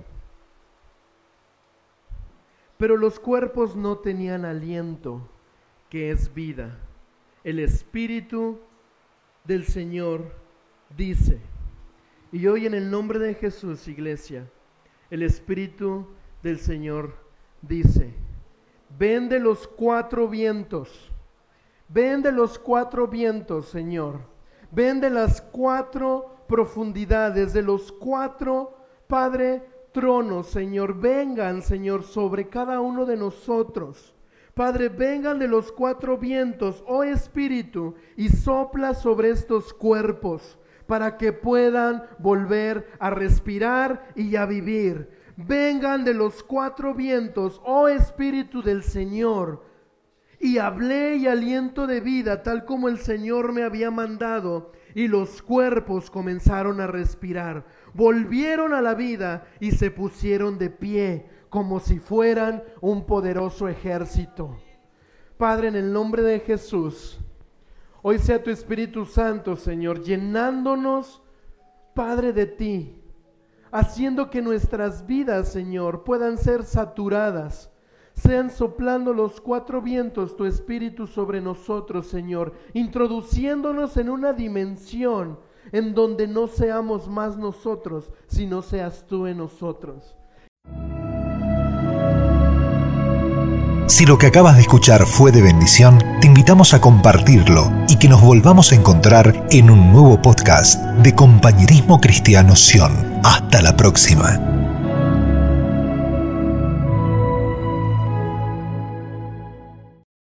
Pero los cuerpos no tenían aliento, que es vida. El Espíritu del Señor dice. Y hoy en el nombre de Jesús, iglesia, el Espíritu del Señor dice: ven de los cuatro vientos, ven de los cuatro vientos, Señor, ven de las cuatro profundidades, de los cuatro, Padre, tronos, Señor, vengan, Señor, sobre cada uno de nosotros. Padre, vengan de los cuatro vientos, oh Espíritu, y sopla sobre estos cuerpos, para que puedan volver a respirar y a vivir. Vengan de los cuatro vientos, oh Espíritu del Señor. Y hablé y aliento de vida, tal como el Señor me había mandado, y los cuerpos comenzaron a respirar. Volvieron a la vida y se pusieron de pie, como si fueran un poderoso ejército. Padre, en el nombre de Jesús, hoy sea tu Espíritu Santo, Señor, llenándonos, Padre, de ti, haciendo que nuestras vidas, Señor, puedan ser saturadas, sean soplando los cuatro vientos tu Espíritu sobre nosotros, Señor, introduciéndonos en una dimensión en donde no seamos más nosotros, sino seas tú en nosotros. Si lo que acabas de escuchar fue de bendición, te invitamos a compartirlo y que nos volvamos a encontrar en un nuevo podcast de Compañerismo Cristiano Sion. Hasta la próxima.